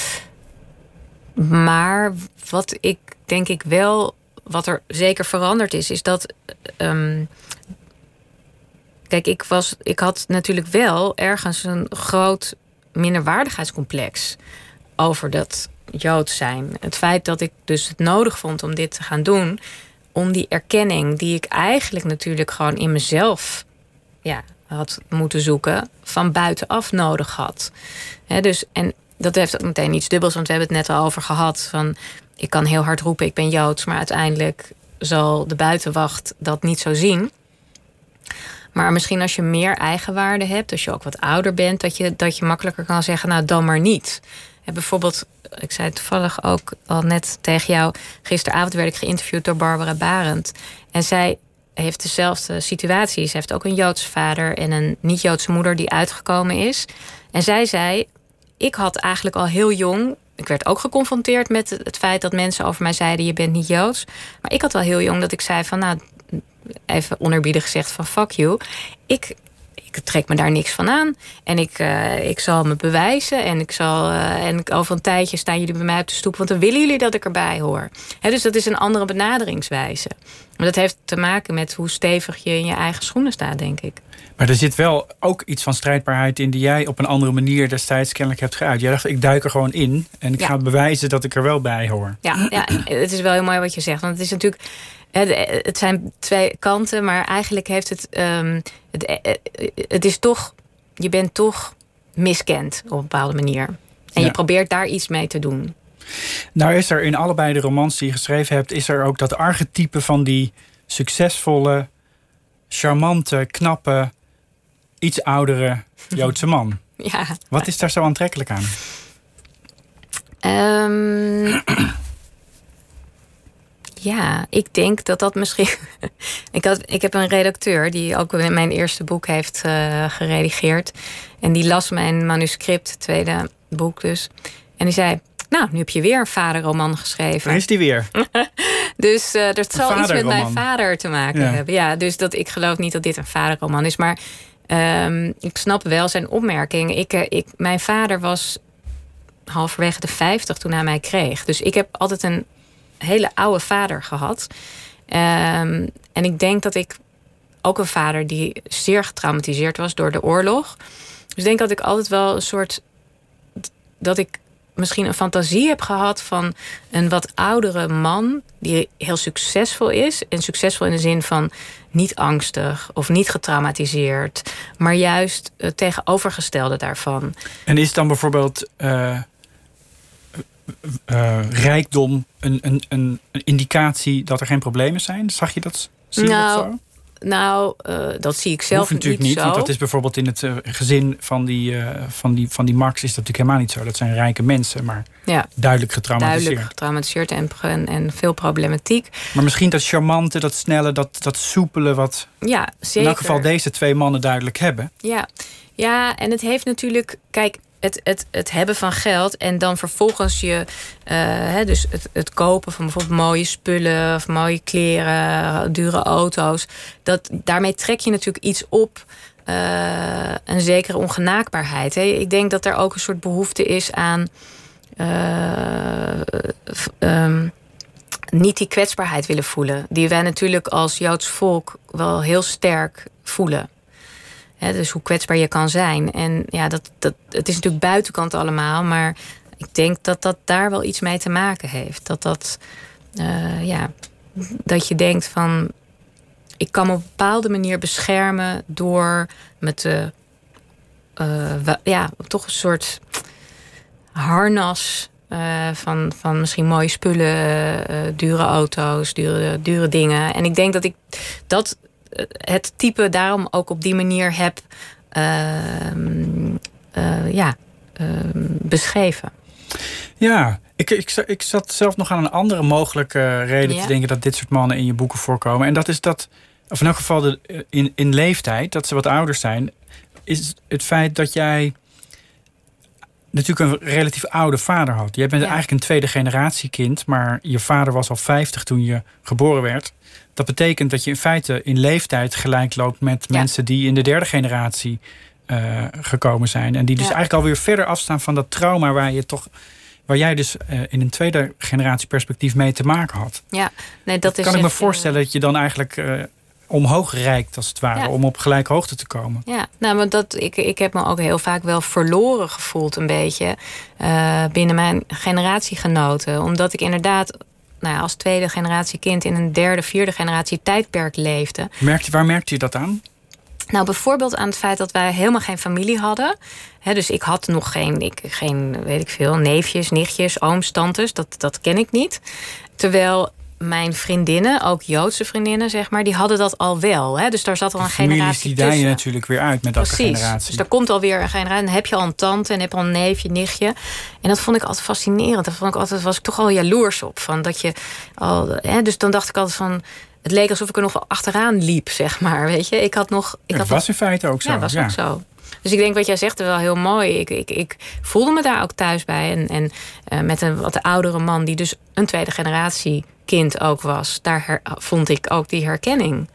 maar wat ik denk ik wel, wat er zeker veranderd is, is dat... Um, kijk, ik, was, ik had natuurlijk wel ergens een groot minderwaardigheidscomplex over dat Joods zijn. Het feit dat ik dus het nodig vond om dit te gaan doen, om die erkenning die ik eigenlijk natuurlijk gewoon in mezelf ja, had moeten zoeken, van buitenaf nodig had. He, dus, en dat heeft ook meteen iets dubbels, want we hebben het net al over gehad. Van, ik kan heel hard roepen, ik ben Joods, maar uiteindelijk zal de buitenwacht dat niet zo zien. Maar misschien als je meer eigenwaarde hebt, als je ook wat ouder bent, dat je, dat je makkelijker kan zeggen, nou dan maar niet. En bijvoorbeeld, ik zei toevallig ook al net tegen jou, gisteravond werd ik geïnterviewd door Barbara Barend. En zij heeft dezelfde situatie. Ze heeft ook een Joodse vader en een niet-Joodse moeder die uitgekomen is. En zij zei, ik had eigenlijk al heel jong, ik werd ook geconfronteerd met het feit dat mensen over mij zeiden, je bent niet Joods. Maar ik had al heel jong dat ik zei van, nou, even onerbiedig gezegd van fuck you. Ik, ik trek me daar niks van aan. En ik, uh, ik zal me bewijzen. En ik zal uh, en over een tijdje staan jullie bij mij op de stoep, want dan willen jullie dat ik erbij hoor. He, dus dat is een andere benaderingswijze. Maar dat heeft te maken met hoe stevig je in je eigen schoenen staat, denk ik. Maar er zit wel ook iets van strijdbaarheid in die jij op een andere manier destijds kennelijk hebt geuit. Jij dacht, ik duik er gewoon in en ik ja. ga bewijzen dat ik er wel bij hoor. Ja, ja, het is wel heel mooi wat je zegt. Want het is natuurlijk, het zijn twee kanten, maar eigenlijk heeft het, um, het, het is toch, je bent toch miskend op een bepaalde manier. En ja. je probeert daar iets mee te doen. Nou is er in allebei de romans die je geschreven hebt, is er ook dat archetype van die succesvolle, charmante, knappe, iets oudere Joodse man. Ja. Wat is daar zo aantrekkelijk aan? Um, ja, ik denk dat dat misschien... ik, had, ik heb een redacteur die ook mijn eerste boek heeft uh, geredigeerd. En die las mijn manuscript, het tweede boek dus. En die zei, nou, nu heb je weer een vaderroman geschreven. Waar is die weer? Dus uh, dat zal iets met mijn vader te maken ja. hebben. Ja, dus dat, ik geloof niet dat dit een vaderroman is. Maar um, ik snap wel zijn opmerking. Ik, uh, ik, mijn vader was halverwege de vijftig toen hij mij kreeg. Dus ik heb altijd een hele oude vader gehad. Um, en ik denk dat ik ook een vader die zeer getraumatiseerd was door de oorlog. Dus ik denk dat ik altijd wel een soort... dat ik misschien een fantasie heb gehad van een wat oudere man die heel succesvol is. En succesvol in de zin van niet angstig of niet getraumatiseerd, maar juist het tegenovergestelde daarvan. En is dan bijvoorbeeld uh, uh, rijkdom een, een, een, een indicatie dat er geen problemen zijn? Zag je dat? Zie je nou, dat zo? Nou, uh, dat zie ik zelf Hoeft natuurlijk niet, zo. want dat is bijvoorbeeld in het uh, gezin van die, uh, van, die, van die Max is dat natuurlijk helemaal niet zo. Dat zijn rijke mensen, maar ja, duidelijk getraumatiseerd. Duidelijk getraumatiseerd en, en, en veel problematiek. Maar misschien dat charmante, dat snelle, dat, dat soepele wat ja, zeker. in elk geval deze twee mannen duidelijk hebben. Ja, ja, en het heeft natuurlijk... Kijk, Het, het, het hebben van geld en dan vervolgens je... Uh, hè, dus het, het kopen van bijvoorbeeld mooie spullen... of mooie kleren, dure auto's... Dat, daarmee trek je natuurlijk iets op... Uh, een zekere ongenaakbaarheid. Hè. Ik denk dat er ook een soort behoefte is aan... Uh, um, niet die kwetsbaarheid willen voelen. Die wij natuurlijk als Joods volk wel heel sterk voelen. He, dus hoe kwetsbaar je kan zijn. En ja, dat, dat, het is natuurlijk buitenkant allemaal. Maar ik denk dat dat daar wel iets mee te maken heeft. Dat dat, uh, ja, dat je denkt van... ik kan me op een bepaalde manier beschermen... door me te... Uh, ja, toch een soort harnas... Uh, van, van misschien mooie spullen, uh, dure auto's, dure, dure dingen. En ik denk dat ik dat... het type daarom ook op die manier heb uh, uh, ja, uh, beschreven. Ja, ik, ik, ik zat zelf nog aan een andere mogelijke reden ja. te denken... dat dit soort mannen in je boeken voorkomen. En dat is dat, of in elk geval de, in, in leeftijd, dat ze wat ouder zijn... is het feit dat jij natuurlijk een relatief oude vader had. Jij bent ja. eigenlijk een tweede generatie kind... maar je vader was al vijftig toen je geboren werd... Dat betekent dat je in feite in leeftijd gelijk loopt met ja. mensen die in de derde generatie uh, gekomen zijn. En die dus ja. eigenlijk alweer verder afstaan van dat trauma waar je toch, waar jij dus uh, in een tweede generatie perspectief mee te maken had. Ja, nee, dat is kan ik me echt, voorstellen dat je dan eigenlijk uh, omhoog reikt als het ware, ja. om op gelijke hoogte te komen. Ja, nou, maar dat, ik, ik heb me ook heel vaak wel verloren gevoeld een beetje uh, binnen mijn generatiegenoten. Omdat ik inderdaad... Nou ja, als tweede generatie kind in een derde, vierde generatie tijdperk leefde. Merkte, waar merkte je dat aan? Nou, bijvoorbeeld aan het feit dat wij helemaal geen familie hadden. He, dus ik had nog geen, ik, geen, weet ik veel, neefjes, nichtjes, ooms, tantes. Dat, dat ken ik niet. Terwijl mijn vriendinnen, ook Joodse vriendinnen, zeg maar, die hadden dat al wel. Hè? Dus daar zat al een generatie tussen. Die dijen natuurlijk weer uit met elke generatie. Dus daar komt alweer een generatie. Dan heb je al een tante en heb je al een neefje, nichtje. En dat vond ik altijd fascinerend. Dat vond ik altijd, was ik toch al jaloers op. Van dat je al, hè? Dus dan dacht ik altijd van... Het leek alsof ik er nog wel achteraan liep, zeg maar. Weet je, ik had nog. Ik het had was nog, in feite ook zo. Ja, was ja. ook zo. Dus ik denk wat jij zegt er wel heel mooi. Ik, ik, ik voelde me daar ook thuis bij. En, en uh, met een wat oudere man die dus een tweede generatie kind ook was. Daar her, vond ik ook die herkenning.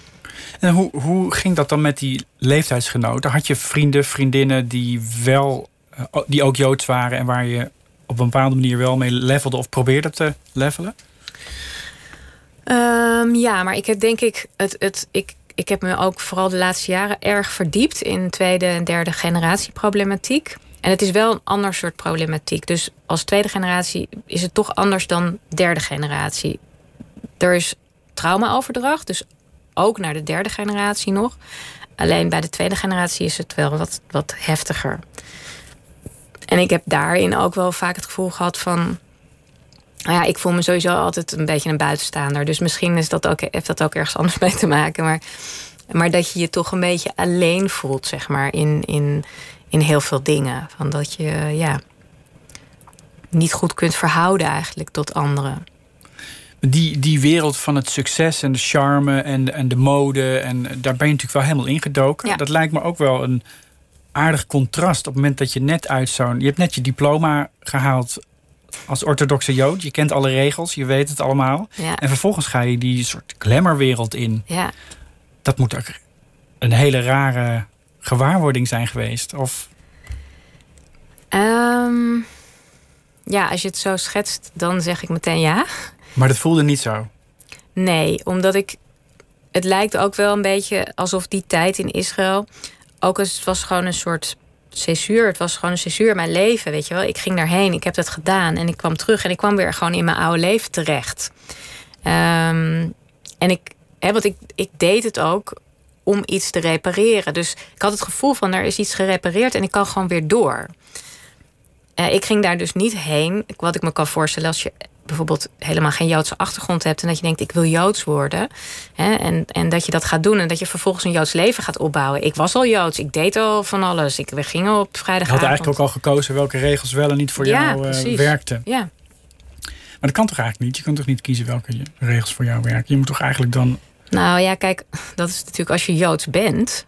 En hoe, hoe ging dat dan met die leeftijdsgenoten? Had je vrienden, vriendinnen die wel uh, die ook Joods waren en waar je op een bepaalde manier wel mee levelde of probeerde te levelen? Um, ja, maar ik heb denk ik het, het ik. Ik heb me ook vooral de laatste jaren erg verdiept in tweede en derde generatie problematiek. En het is wel een ander soort problematiek. Dus als tweede generatie is het toch anders dan derde generatie. Er is traumaoverdracht, dus ook naar de derde generatie nog. Alleen bij de tweede generatie is het wel wat, wat heftiger. En ik heb daarin ook wel vaak het gevoel gehad van... Nou ja, ik voel me sowieso altijd een beetje een buitenstaander. Dus misschien is dat ook, heeft dat ook ergens anders mee te maken. Maar, maar dat je je toch een beetje alleen voelt, zeg maar, in, in, in heel veel dingen. Van dat je ja, niet goed kunt verhouden eigenlijk tot anderen. Die, die wereld van het succes en de charme en, en de mode... en daar ben je natuurlijk wel helemaal ingedoken. Ja. Dat lijkt me ook wel een aardig contrast op het moment dat je net uit zo'n... Je hebt net je diploma gehaald... als orthodoxe Jood, je kent alle regels, je weet het allemaal. Ja. En vervolgens ga je die soort glamourwereld in. Ja. Dat moet ook een hele rare gewaarwording zijn geweest. Of... Um, ja, als je het zo schetst, dan zeg ik meteen ja. Maar dat voelde niet zo? Nee, omdat ik... Het lijkt ook wel een beetje alsof die tijd in Israël... ook als het was gewoon een soort césuur. Het was gewoon een césuur in mijn leven, weet je wel. Ik ging daarheen, ik heb dat gedaan en ik kwam terug... en ik kwam weer gewoon in mijn oude leven terecht. Um, en ik, hè, want ik, ik deed het ook om iets te repareren. Dus ik had het gevoel van, er is iets gerepareerd... en ik kan gewoon weer door. Uh, ik ging daar dus niet heen. Wat ik me kan voorstellen als je bijvoorbeeld helemaal geen Joodse achtergrond hebt... en dat je denkt, ik wil Joods worden. Hè, en, en dat je dat gaat doen en dat je vervolgens een Joods leven gaat opbouwen. Ik was al Joods, ik deed al van alles. Ik, we gingen op vrijdagavond. Je had eigenlijk ook al gekozen welke regels wel en niet voor ja, jou uh, werkten. Ja, Maar dat kan toch eigenlijk niet? Je kan toch niet kiezen welke regels voor jou werken? Je moet toch eigenlijk dan... Nou ja, kijk, dat is natuurlijk als je Joods bent...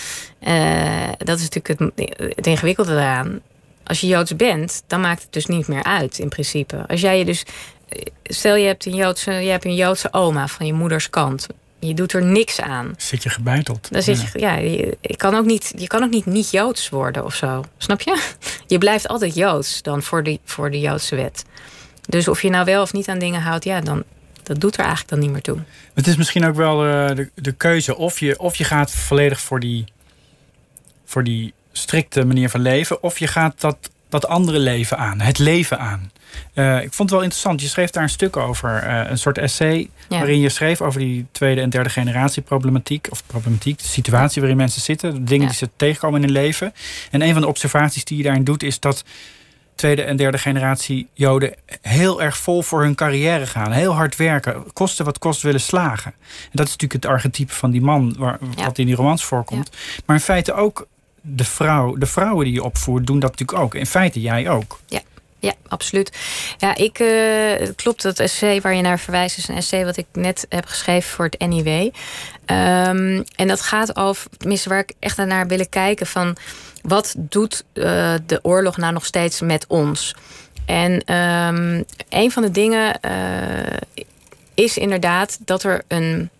Uh, dat is natuurlijk het, het ingewikkelde eraan... Als je Joods bent, dan maakt het dus niet meer uit in principe. Als jij je dus... Stel je hebt een Joodse, je hebt een Joodse oma van je moeders kant. Je doet er niks aan. Zit je gebeiteld. Dan zit je, ja, je, je kan ook niet, je kan ook niet niet Joods worden of zo. Snap je? Je blijft altijd Joods dan voor de, voor de Joodse wet. Dus of je nou wel of niet aan dingen houdt... ja, dan, dat doet er eigenlijk dan niet meer toe. Het is misschien ook wel uh, de, de keuze. Of je, of je gaat volledig voor die... voor die strikte manier van leven... of je gaat dat, dat andere leven aan, het leven aan. Uh, ik vond het wel interessant. Je schreef daar een stuk over, uh, een soort essay... Ja. waarin je schreef over die tweede en derde generatie problematiek... of problematiek, de situatie waarin mensen zitten... de dingen ja. die ze tegenkomen in hun leven. En een van de observaties die je daarin doet... is dat tweede en derde generatie Joden heel erg vol voor hun carrière gaan. Heel hard werken, kosten wat kost willen slagen. En dat is natuurlijk het archetype van die man... Waar, ja. wat in die romans voorkomt. Ja. Maar in feite ook... De, vrouw, de vrouwen die je opvoert doen dat natuurlijk ook. In feite jij ook. Ja, ja absoluut. Ja, ik, uh, het klopt, dat essay waar je naar verwijst... is een essay wat ik net heb geschreven voor het N I W. Um, en dat gaat over, tenminste waar ik echt naar willen kijken... van wat doet uh, de oorlog nou nog steeds met ons? En um, een van de dingen uh, is inderdaad dat er een...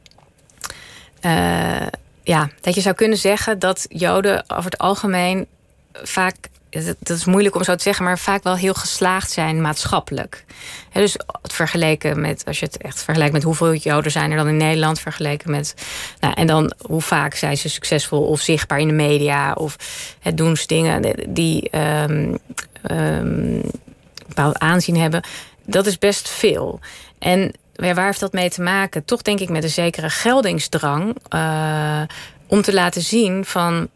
Uh, Ja, dat je zou kunnen zeggen dat Joden over het algemeen vaak... dat is moeilijk om zo te zeggen, maar vaak wel heel geslaagd zijn maatschappelijk. He, dus het vergeleken met, als je het echt vergelijkt met hoeveel Joden zijn er dan in Nederland, vergeleken met, nou, en dan hoe vaak zijn ze succesvol of zichtbaar in de media of het doen ze dingen die um, um, bepaald aanzien hebben. Dat is best veel. En ja, waar heeft dat mee te maken? Toch denk ik met een zekere geldingsdrang uh, om te laten zien van...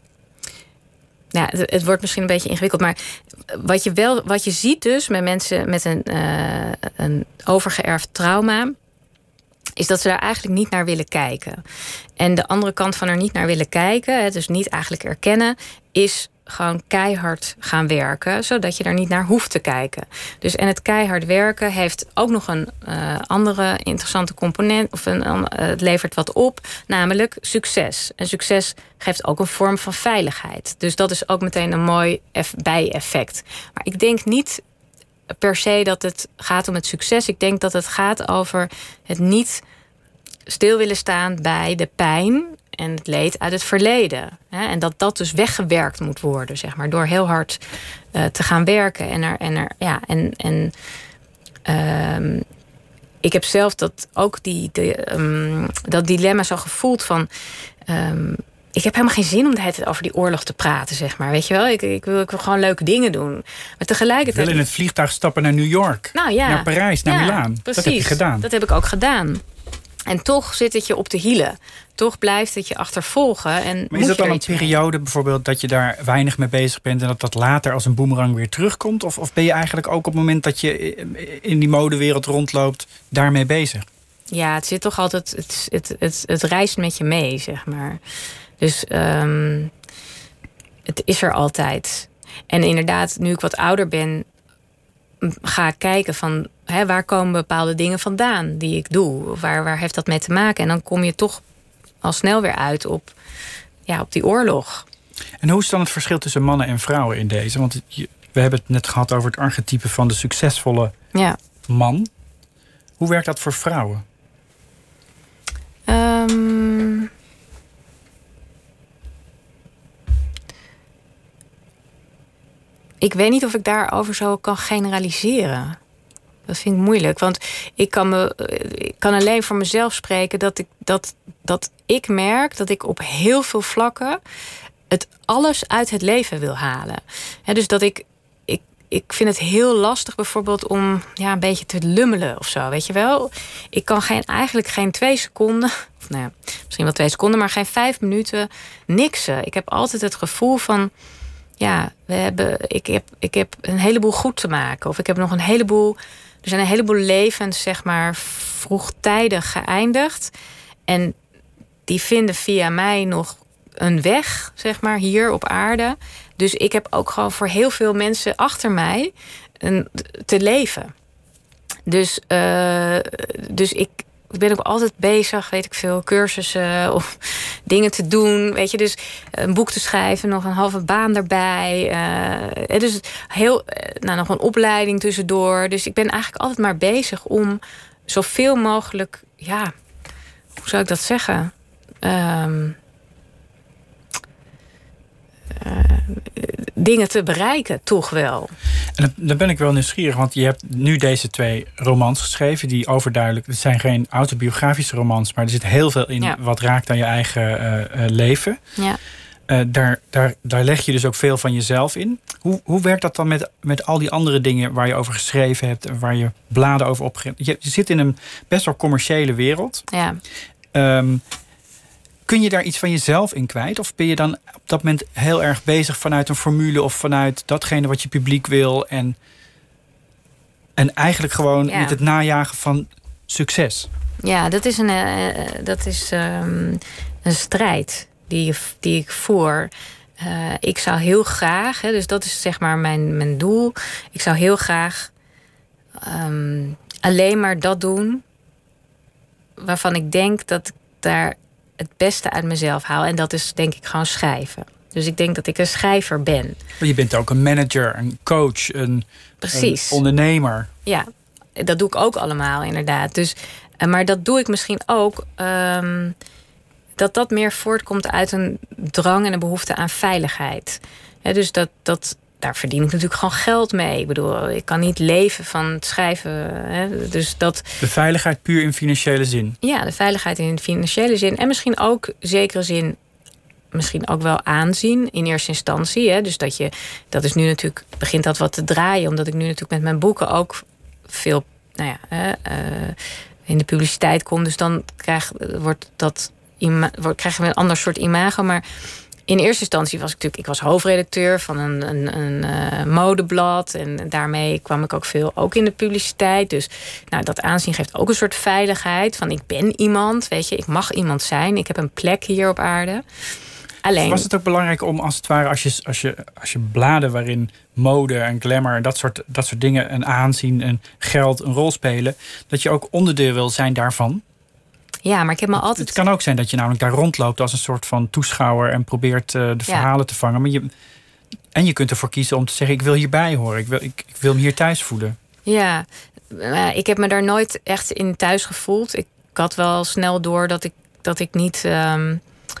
Nou, het, het wordt misschien een beetje ingewikkeld, maar wat je wel, wat je ziet dus met mensen met een, uh, een overgeërfd trauma, is dat ze daar eigenlijk niet naar willen kijken. En de andere kant van er niet naar willen kijken, dus niet eigenlijk erkennen, is gewoon keihard gaan werken, zodat je er niet naar hoeft te kijken. Dus en het keihard werken heeft ook nog een uh, andere interessante component, of een, uh, het levert wat op, namelijk succes. En succes geeft ook een vorm van veiligheid. Dus dat is ook meteen een mooi bijeffect. Maar ik denk niet per se dat het gaat om het succes. Ik denk dat het gaat over het niet stil willen staan bij de pijn en het leed uit het verleden. En dat dat dus weggewerkt moet worden, zeg maar, door heel hard uh, te gaan werken. En er, en er, ja, en, en uh, ik heb zelf dat ook die, de, um, dat dilemma zo gevoeld van. Um, ik heb helemaal geen zin om de hele tijd over die oorlog te praten, zeg maar. Weet je wel, ik, ik, wil, ik wil gewoon leuke dingen doen. Maar tegelijkertijd... Ik wil in het vliegtuig stappen naar New York, nou, ja, naar Parijs, naar ja, Milaan. Precies, dat heb je gedaan. Dat heb ik ook gedaan. En toch zit het je op de hielen. Toch blijft het je achtervolgen. En maar is dat dan een periode bijvoorbeeld dat je daar weinig mee bezig bent en dat dat later als een boemerang weer terugkomt? Of, of ben je eigenlijk ook op het moment dat je in die modewereld rondloopt daarmee bezig? Ja, het zit toch altijd, het, het, het, het reist met je mee, zeg maar. Dus um, het is er altijd. En inderdaad, nu ik wat ouder ben, ga ik kijken van, hè, waar komen bepaalde dingen vandaan die ik doe? Waar, waar heeft dat mee te maken? En dan kom je toch al snel weer uit op, ja, op die oorlog. En hoe is dan het verschil tussen mannen en vrouwen in deze? Want we hebben het net gehad over het archetype van de succesvolle ja. man. Hoe werkt dat voor vrouwen? Um, Ik weet niet of ik daarover zo kan generaliseren. Dat vind ik moeilijk. Want ik kan, me, ik kan alleen voor mezelf spreken dat ik, dat, dat ik merk dat ik op heel veel vlakken het alles uit het leven wil halen. He, dus dat ik, ik, ik vind het heel lastig bijvoorbeeld om ja, een beetje te lummelen of zo. Weet je wel? Ik kan geen, eigenlijk geen twee seconden, of nou ja, misschien wel twee seconden, maar geen vijf minuten niksen. Ik heb altijd het gevoel van, ja, we hebben, ik, heb, ik heb een heleboel goed te maken. Of ik heb nog een heleboel, er zijn een heleboel levens, zeg maar, vroegtijdig geëindigd. En die vinden via mij nog een weg, zeg maar, hier op aarde. Dus ik heb ook gewoon voor heel veel mensen achter mij een, te leven. Dus, uh, dus ik ben ook altijd bezig, weet ik veel, cursussen of dingen te doen. Weet je, dus een boek te schrijven, nog een halve baan erbij. Uh, dus heel, nou, nog een opleiding tussendoor. Dus ik ben eigenlijk altijd maar bezig om zoveel mogelijk, ja, hoe zou ik dat zeggen? Um, uh, dingen te bereiken, toch wel. En dan ben ik wel nieuwsgierig, want je hebt nu deze twee romans geschreven die overduidelijk, het zijn geen autobiografische romans, maar er zit heel veel in, ja, wat raakt aan je eigen uh, uh, leven. Ja. Uh, daar, daar, daar leg je dus ook veel van jezelf in. Hoe, hoe werkt dat dan met, met al die andere dingen waar je over geschreven hebt en waar je bladen over opgegeven? Je, je zit in een best wel commerciële wereld. Ja. Um, kun je daar iets van jezelf in kwijt? Of ben je dan op dat moment heel erg bezig vanuit een formule of vanuit datgene wat je publiek wil en, en eigenlijk gewoon ja. met het najagen van succes? Ja, dat is een, uh, dat is, um, een strijd die, die ik voer. Uh, ik zou heel graag, hè, dus dat is zeg maar mijn, mijn doel. Ik zou heel graag um, alleen maar dat doen waarvan ik denk dat ik daar het beste uit mezelf haal. En dat is denk ik gewoon schrijven. Dus ik denk dat ik een schrijver ben. Maar je bent ook een manager, een coach, een, Precies. een ondernemer. Ja, dat doe ik ook allemaal inderdaad. Dus, maar dat doe ik misschien ook Um, dat dat meer voortkomt uit een drang en een behoefte aan veiligheid. He, dus dat, dat, daar verdien ik natuurlijk gewoon geld mee. Ik bedoel, ik kan niet leven van het schrijven. He, dus dat, de veiligheid puur in financiële zin? Ja, de veiligheid in financiële zin. En misschien ook in zekere zin, misschien ook wel aanzien in eerste instantie. He, dus dat je, dat is nu natuurlijk, begint dat wat te draaien. Omdat ik nu natuurlijk met mijn boeken ook veel, nou ja, he, uh, in de publiciteit kom. Dus dan krijg, wordt dat Ima- krijgen we een ander soort imago. Maar in eerste instantie was ik natuurlijk, ik was hoofdredacteur van een, een, een uh, modeblad. En daarmee kwam ik ook veel ook in de publiciteit. Dus nou, dat aanzien geeft ook een soort veiligheid. Van ik ben iemand, weet je, ik mag iemand zijn. Ik heb een plek hier op aarde. Alleen, was het ook belangrijk om als het ware, als je, als je, als je bladen waarin mode en glamour en dat soort, dat soort dingen en aanzien en geld een rol spelen, dat je ook onderdeel wil zijn daarvan? Ja, maar ik heb me altijd... Het kan ook zijn dat je namelijk daar rondloopt als een soort van toeschouwer en probeert uh, de verhalen ja. te vangen. Maar je, en je kunt ervoor kiezen om te zeggen, ik wil hierbij horen. Ik wil, ik, ik wil me hier thuis voelen. Ja, uh, ik heb me daar nooit echt in thuis gevoeld. Ik had wel snel door dat ik, dat ik niet Um,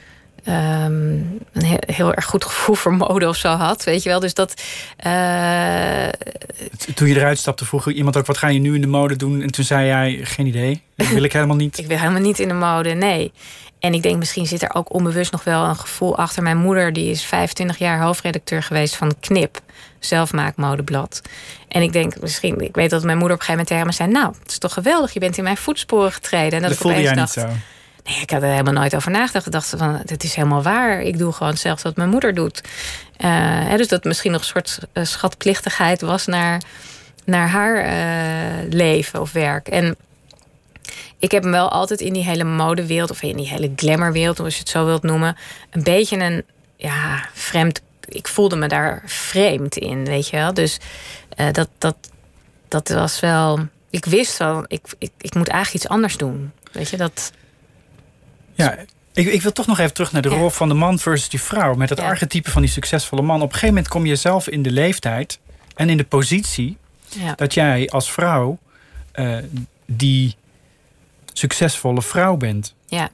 Um, een heel, heel erg goed gevoel voor mode of zo had, weet je wel. Dus dat Uh... Toen je eruit stapte, vroeg iemand ook, wat ga je nu in de mode doen? En toen zei jij, geen idee, dat wil ik helemaal niet. Ik wil helemaal niet in de mode, nee. En ik denk, misschien zit er ook onbewust nog wel een gevoel achter. Mijn moeder, die is vijfentwintig jaar hoofdredacteur geweest van Knip, zelfmaakmodeblad. En ik denk misschien, ik weet dat mijn moeder op een gegeven moment tegen me zei, nou, het is toch geweldig, je bent in mijn voetsporen getreden. En dat, dat ik voelde jij dacht, niet zo? Nee, ik had er helemaal nooit over nagedacht. Ik dacht van, dit is helemaal waar. Ik doe gewoon hetzelfde wat mijn moeder doet. Uh, hè, dus dat misschien nog een soort uh, schatplichtigheid was naar, naar haar uh, leven of werk. En ik heb me wel altijd in die hele modewereld, of in die hele glamourwereld, als je het zo wilt noemen, een beetje een ja, vreemd. Ik voelde me daar vreemd in, weet je wel. Dus uh, dat, dat, dat was wel. Ik wist wel, ik, ik, ik moet eigenlijk iets anders doen. Weet je dat. Ja, ik, ik wil toch nog even terug naar de ja. rol van de man versus die vrouw. Met het ja. archetype van die succesvolle man. Op een gegeven moment kom je zelf in de leeftijd en in de positie ja. dat jij als vrouw uh, die succesvolle vrouw bent. Ja.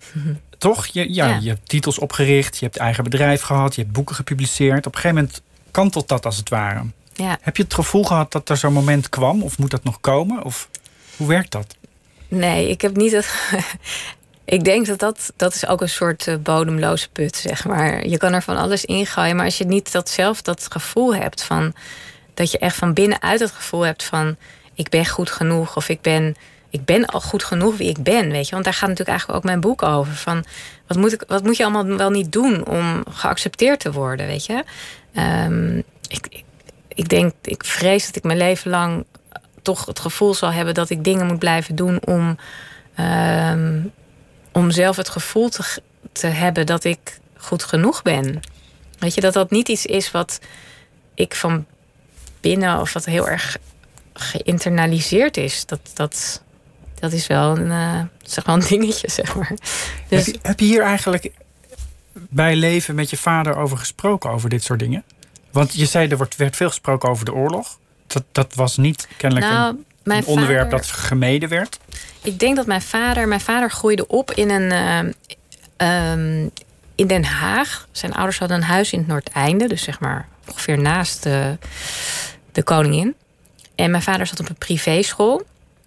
Toch? Je, ja, ja. je hebt titels opgericht, je hebt eigen bedrijf gehad, je hebt boeken gepubliceerd. Op een gegeven moment kantelt dat als het ware. Ja. Heb je het gevoel gehad dat er zo'n moment kwam? Of moet dat nog komen? Of hoe werkt dat? Nee, ik heb niet het... Ik denk dat dat, dat is ook een soort uh, bodemloze put, zeg maar. Je kan er van alles ingooien, maar als je niet dat zelf dat gevoel hebt van... dat je echt van binnenuit het gevoel hebt van... ik ben goed genoeg of ik ben, ik ben al goed genoeg wie ik ben, weet je. Want daar gaat natuurlijk eigenlijk ook mijn boek over. Van, wat, moet ik, wat moet je allemaal wel niet doen om geaccepteerd te worden, weet je. Um, ik, ik, ik denk, ik vrees dat ik mijn leven lang toch het gevoel zal hebben... dat ik dingen moet blijven doen om... Um, om zelf het gevoel te, te hebben dat ik goed genoeg ben. Weet je, dat dat niet iets is wat ik van binnen... of wat heel erg geïnternaliseerd is. Dat, dat, dat is wel een, uh, zeg wel een dingetje, zeg maar. Dus... Heb, je, heb je hier eigenlijk bij leven met je vader over gesproken... over dit soort dingen? Want je zei, er wordt, werd veel gesproken over de oorlog. Dat, dat was niet kennelijk nou, een, mijn een onderwerp vader... dat gemeden werd. Ik denk dat mijn vader... Mijn vader groeide op in een... Uh, um, in Den Haag. Zijn ouders hadden een huis in het Noordeinde. Dus zeg maar ongeveer naast de, de koningin. En mijn vader zat op een privéschool.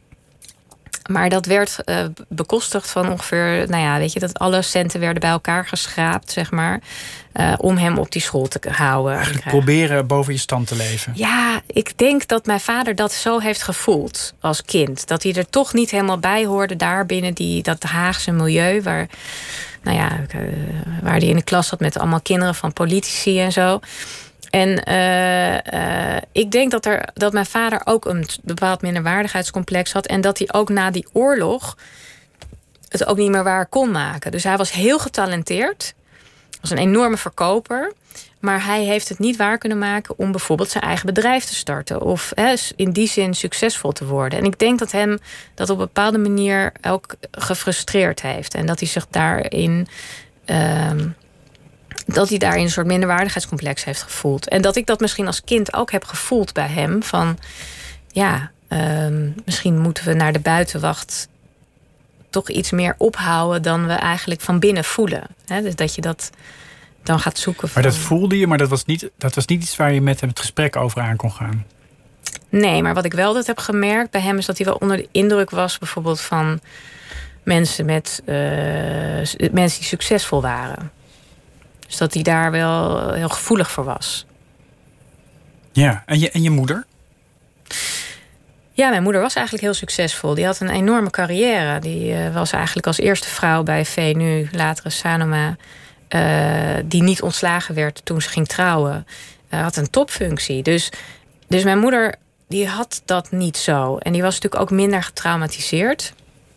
Maar dat werd uh, bekostigd van ongeveer... Nou ja, weet je, dat alle centen werden bij elkaar geschraapt, zeg maar... Uh, om hem op die school te houden. Eigenlijk proberen boven je stand te leven. Ja, ik denk dat mijn vader dat zo heeft gevoeld als kind. Dat hij er toch niet helemaal bij hoorde daar binnen die, dat Haagse milieu... waar, nou ja, uh, waar hij in de klas zat met allemaal kinderen van politici en zo... En uh, uh, ik denk dat, er, dat mijn vader ook een bepaald minderwaardigheidscomplex had... en dat hij ook na die oorlog het ook niet meer waar kon maken. Dus hij was heel getalenteerd, was een enorme verkoper... maar hij heeft het niet waar kunnen maken om bijvoorbeeld zijn eigen bedrijf te starten... of he, in die zin succesvol te worden. En ik denk dat hem dat op een bepaalde manier ook gefrustreerd heeft... en dat hij zich daarin... Uh, dat hij daarin een soort minderwaardigheidscomplex heeft gevoeld. En dat ik dat misschien als kind ook heb gevoeld bij hem. Van, ja, um, misschien moeten we naar de buitenwacht... toch iets meer ophouden dan we eigenlijk van binnen voelen. He, dus dat je dat dan gaat zoeken. Van... Maar dat voelde je, maar dat was, niet, dat was niet iets waar je met hem het gesprek over aan kon gaan. Nee, maar wat ik wel altijd heb gemerkt bij hem... is dat hij wel onder de indruk was bijvoorbeeld van... mensen, met, uh, mensen die succesvol waren... Dus dat hij daar wel heel gevoelig voor was. Ja, en je, en je moeder? Ja, mijn moeder was eigenlijk heel succesvol. Die had een enorme carrière. Die uh, was eigenlijk als eerste vrouw bij V N U, latere Sanoma... Uh, die niet ontslagen werd toen ze ging trouwen. Uh, had een topfunctie. Dus, dus mijn moeder die had dat niet zo. En die was natuurlijk ook minder getraumatiseerd.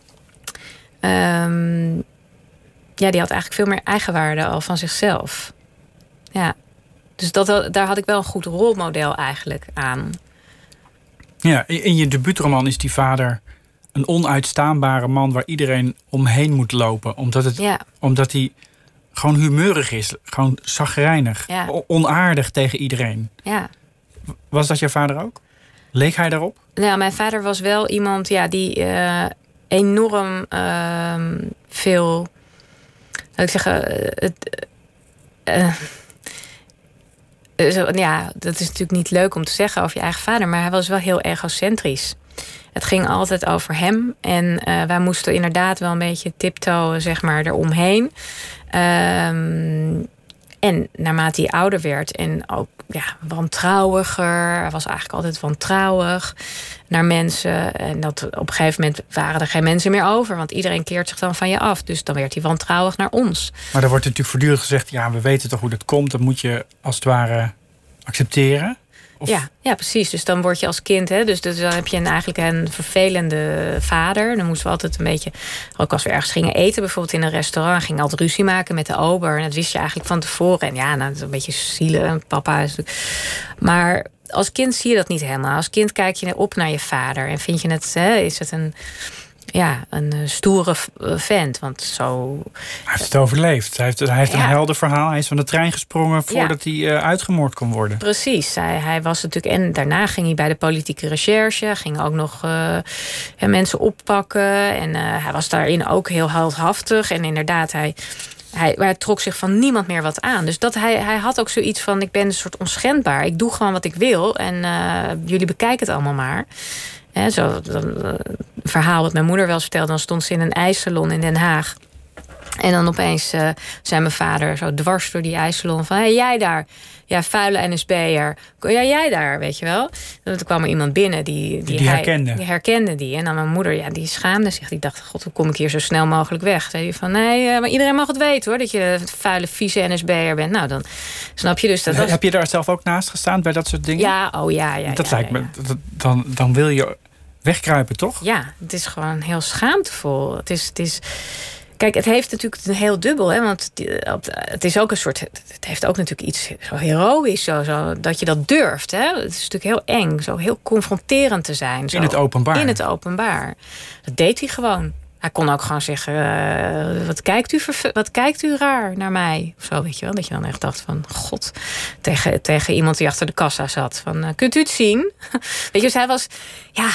Um, Ja, die had eigenlijk veel meer eigenwaarde al van zichzelf. Ja, dus dat, daar had ik wel een goed rolmodel eigenlijk aan. Ja, in je debuutroman is die vader een onuitstaanbare man... waar iedereen omheen moet lopen. Omdat, het, ja. omdat hij gewoon humeurig is. Gewoon chagrijnig. Ja. Onaardig tegen iedereen. Ja. Was dat jouw vader ook? Leek hij daarop? Nou, mijn vader was wel iemand ja, die uh, enorm uh, veel... Laat ik zeggen, het, uh, uh, zo, ja, dat is natuurlijk niet leuk om te zeggen over je eigen vader, maar hij was wel heel egocentrisch. Het ging altijd over hem en uh, wij moesten inderdaad wel een beetje tiptoeën, zeg maar, eromheen. Um, en naarmate hij ouder werd en ook ja, wantrouwiger, hij was eigenlijk altijd wantrouwig naar mensen. En dat op een gegeven moment waren er geen mensen meer over, want iedereen keert zich dan van je af. Dus dan werd hij wantrouwig naar ons. Maar er wordt natuurlijk voortdurend gezegd, ja, we weten toch hoe dat komt. Dat moet je als het ware accepteren. Of... Ja, ja, precies. Dus dan word je als kind, hè, dus, dus dan heb je een, eigenlijk een vervelende vader. Dan moesten we altijd een beetje, ook als we ergens gingen eten, bijvoorbeeld in een restaurant, gingen altijd ruzie maken met de ober. En dat wist je eigenlijk van tevoren. En ja, nou, dat is een beetje zielig. Papa is natuurlijk... Maar als kind zie je dat niet helemaal. Als kind kijk je op naar je vader en vind je het, hè, is het een, ja, een stoere vent. Want zo... Hij heeft het overleefd. Hij heeft, hij heeft ja. een helder verhaal. Hij is van de trein gesprongen voordat ja. hij uh, uitgemoord kon worden. Precies. Hij, hij was natuurlijk... En daarna ging hij bij de politieke recherche. Ging ook nog uh, mensen oppakken. En uh, hij was daarin ook heel heldhaftig. En inderdaad, hij Hij, hij trok zich van niemand meer wat aan. Dus dat hij, hij had ook zoiets van, ik ben een soort onschendbaar. Ik doe gewoon wat ik wil en uh, jullie bekijken het allemaal maar. He, zo, dan, een verhaal wat mijn moeder wel eens vertelde. Dan stond ze in een ijssalon in Den Haag. En dan opeens uh, zei mijn vader zo dwars door die ijssalon van... hé, hey, jij daar, ja, vuile N S B'er. Ja, jij daar, weet je wel. En toen kwam er iemand binnen die, die, die hij, herkende. Die herkende die. En dan mijn moeder, ja, die schaamde zich. Die dacht, god, hoe kom ik hier zo snel mogelijk weg? Zei hij van, nee, uh, maar iedereen mag het weten hoor... dat je een vuile, vieze N S B'er bent. Nou, dan snap je dus... dat. Was... Heb je daar zelf ook naast gestaan bij dat soort dingen? Ja, oh ja, ja. Dat ja, lijkt ja, me... ja. Dan, dan wil je wegkruipen, toch? Ja, het is gewoon heel schaamtevol. Het is... Het is Kijk, het heeft natuurlijk een heel dubbel, hè, want het is ook een soort. Het heeft ook natuurlijk iets zo heroïs, zo, zo, dat je dat durft. Hè. Het is natuurlijk heel eng, zo heel confronterend te zijn. Zo, in het openbaar. In het openbaar. Dat deed hij gewoon. Hij kon ook gewoon zeggen: uh, wat, kijkt u wat kijkt u raar naar mij? Of zo, weet je wel. Dat je dan echt dacht van, god, tegen, tegen iemand die achter de kassa zat. Van, uh, kunt u het zien? Weet je, dus hij was, ja.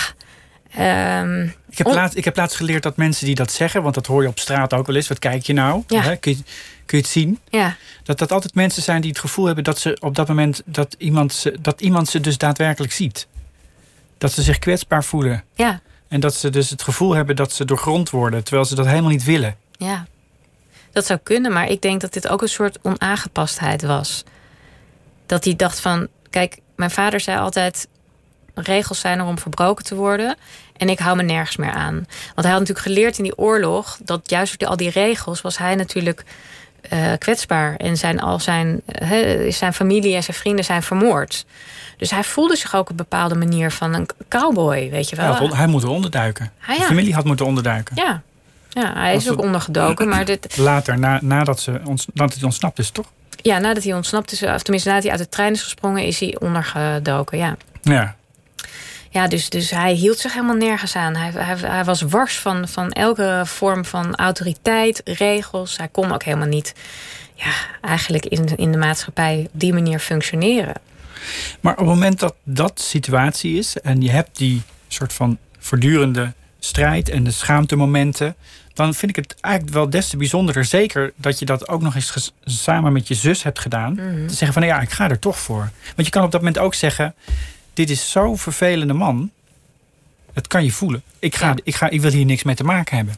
Um, ik, heb on... laatst, ik heb laatst geleerd dat mensen die dat zeggen... want dat hoor je op straat ook wel eens. Wat kijk je nou? Ja. Hè? Kun, je, kun je het zien? Ja. Dat dat altijd mensen zijn die het gevoel hebben... dat ze op dat moment dat iemand ze, dat iemand ze dus daadwerkelijk ziet. Dat ze zich kwetsbaar voelen. Ja. En dat ze dus het gevoel hebben dat ze doorgrond worden... terwijl ze dat helemaal niet willen. Ja, dat zou kunnen. Maar ik denk dat dit ook een soort onaangepastheid was. Dat hij dacht van... Kijk, mijn vader zei altijd... regels zijn er om verbroken te worden. En ik hou me nergens meer aan. Want hij had natuurlijk geleerd in die oorlog... dat juist door al die regels was hij natuurlijk uh, kwetsbaar. En zijn, al zijn, uh, zijn familie en zijn vrienden zijn vermoord. Dus hij voelde zich ook op een bepaalde manier van een cowboy, weet je wel. Hij, had, hij moet onderduiken. Ah, ja. De familie had moeten onderduiken. Ja, ja hij is ook ondergedoken. Maar dit... Later, na, nadat, ze ons, nadat hij ontsnapt is, toch? Ja, nadat hij ontsnapt is... of tenminste nadat hij uit de trein is gesprongen... is hij ondergedoken, ja. Ja. Ja, dus, dus hij hield zich helemaal nergens aan. Hij, hij, hij was wars van, van elke vorm van autoriteit, regels. Hij kon ook helemaal niet ja, eigenlijk in, in de maatschappij op die manier functioneren. Maar op het moment dat dat situatie is... en je hebt die soort van voortdurende strijd en de schaamtemomenten... dan vind ik het eigenlijk wel des te bijzonderer. Zeker dat je dat ook nog eens ges- samen met je zus hebt gedaan. Mm-hmm. Te zeggen van, ja, ik ga er toch voor. Want je kan op dat moment ook zeggen... dit is zo'n vervelende man. Dat kan je voelen. Ik, ga, ja. ik, ga, ik wil hier niks mee te maken hebben.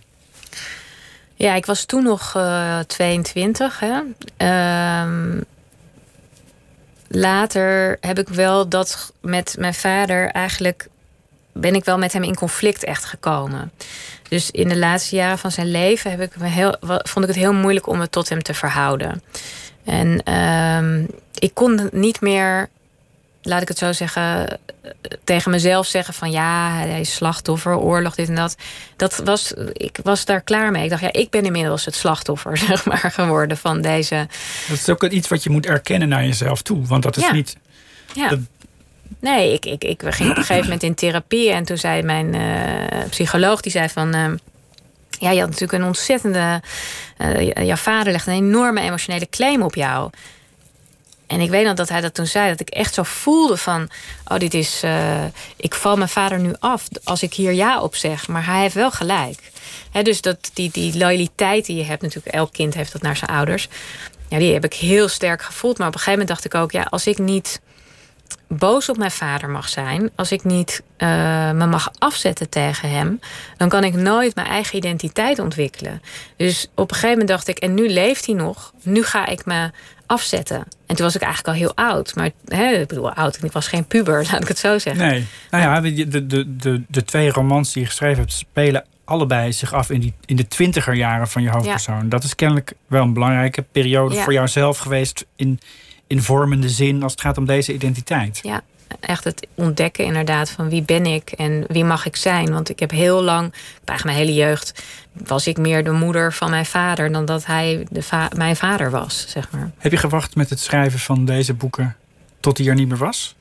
Ja, ik was toen nog uh, tweeëntwintig. Hè. Um, later heb ik wel dat met mijn vader eigenlijk... ben ik wel met hem in conflict echt gekomen. Dus in de laatste jaren van zijn leven heb ik me heel, vond ik het heel moeilijk om me tot hem te verhouden. En um, ik kon niet meer... laat ik het zo zeggen, tegen mezelf zeggen van... ja, hij is slachtoffer, oorlog, dit en dat. Dat was, ik was daar klaar mee. Ik dacht, ja, ik ben inmiddels het slachtoffer, zeg maar, geworden van deze... Dat is ook iets wat je moet erkennen naar jezelf toe. Want dat is ja. niet... Ja. Dat... Nee, ik, ik, ik ging op een gegeven moment in therapie... en toen zei mijn uh, psycholoog, die zei van... Uh, ja, je had natuurlijk een ontzettende... Uh, jouw vader legde een enorme emotionele claim op jou... En ik weet nog dat hij dat toen zei, dat ik echt zo voelde van... oh, dit is... Uh, ik val mijn vader nu af als ik hier ja op zeg. Maar hij heeft wel gelijk. He, dus dat, die, die loyaliteit die je hebt... natuurlijk elk kind heeft dat naar zijn ouders... ja, die heb ik heel sterk gevoeld. Maar op een gegeven moment dacht ik ook... ja, als ik niet boos op mijn vader mag zijn... als ik niet uh, me mag afzetten tegen hem... dan kan ik nooit mijn eigen identiteit ontwikkelen. Dus op een gegeven moment dacht ik... en nu leeft hij nog, nu ga ik me afzetten. En toen was ik eigenlijk al heel oud. Maar hè, ik bedoel, oud, ik was geen puber, laat ik het zo zeggen. Nee, nou ja, de, de, de, de twee romans die je geschreven hebt... spelen allebei zich af in, die, in de twintiger jaren van je hoofdpersoon. Ja. Dat is kennelijk wel een belangrijke periode ja. voor jouzelf geweest... in in vormende zin als het gaat om deze identiteit. Ja, echt het ontdekken inderdaad van wie ben ik en wie mag ik zijn. Want ik heb heel lang, eigenlijk mijn hele jeugd... was ik meer de moeder van mijn vader... dan dat hij de va- mijn vader was, zeg maar. Heb je gewacht met het schrijven van deze boeken... tot hij er niet meer was?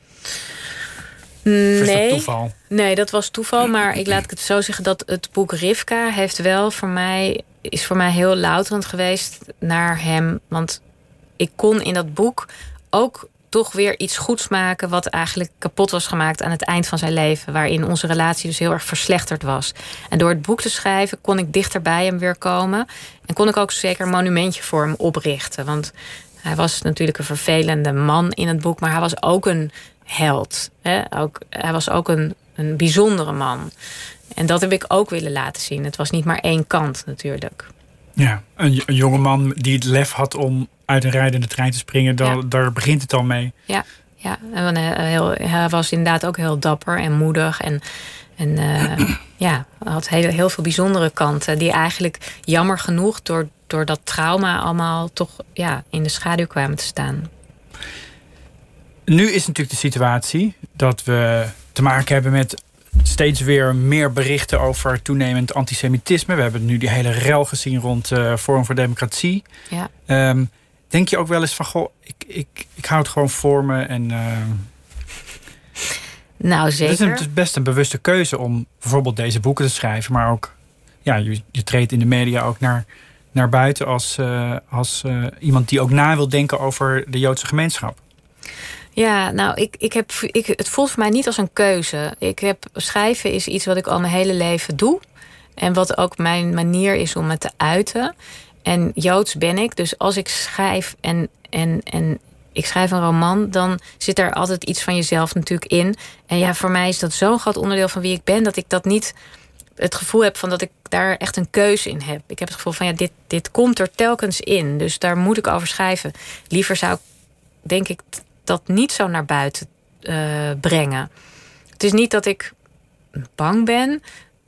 Nee, of is dat toeval? Nee, dat was toeval. Maar ik laat het zo zeggen dat het boek Rivka... heeft wel voor mij, is voor mij heel louterend geweest naar hem. Want... ik kon in dat boek ook toch weer iets goeds maken wat eigenlijk kapot was gemaakt aan het eind van zijn leven, waarin onze relatie dus heel erg verslechterd was. En door het boek te schrijven kon ik dichter bij hem weer komen en kon ik ook zeker een monumentje voor hem oprichten. Want hij was natuurlijk een vervelende man in het boek, maar hij was ook een held. Hè? Ook, hij was ook een, een bijzondere man. En dat heb ik ook willen laten zien. Het was niet maar één kant natuurlijk. Ja, een, een jongeman die het lef had om uit een rijdende trein te springen, daar, ja. daar begint het al mee. Ja, ja. En heel, hij was inderdaad ook heel dapper en moedig. En, en uh, ja, had heel, heel veel bijzondere kanten die eigenlijk jammer genoeg door, door dat trauma allemaal toch ja, in de schaduw kwamen te staan. Nu is natuurlijk de situatie dat we te maken hebben met steeds weer meer berichten over toenemend antisemitisme. We hebben nu die hele rel gezien rond uh, Forum voor Democratie. Ja. Um, denk je ook wel eens van, goh, ik, ik, ik hou het gewoon voor me. En, uh... Nou, zeker. Het is, een, het is best een bewuste keuze om bijvoorbeeld deze boeken te schrijven. Maar ook, ja, je, je treedt in de media ook naar, naar buiten als, uh, als uh, iemand die ook na wil denken over de Joodse gemeenschap. Ja, nou, ik, ik heb, ik, het voelt voor mij niet als een keuze. Ik heb, schrijven is iets wat ik al mijn hele leven doe. En wat ook mijn manier is om het te uiten. En Joods ben ik. Dus als ik schrijf en, en, en ik schrijf een roman, dan zit daar altijd iets van jezelf natuurlijk in. En ja, voor mij is dat zo'n groot onderdeel van wie ik ben, dat ik dat niet het gevoel heb van dat ik daar echt een keuze in heb. Ik heb het gevoel van ja, dit, dit komt er telkens in. Dus daar moet ik over schrijven. Liever zou ik, denk ik, dat niet zo naar buiten uh, brengen. Het is niet dat ik bang ben,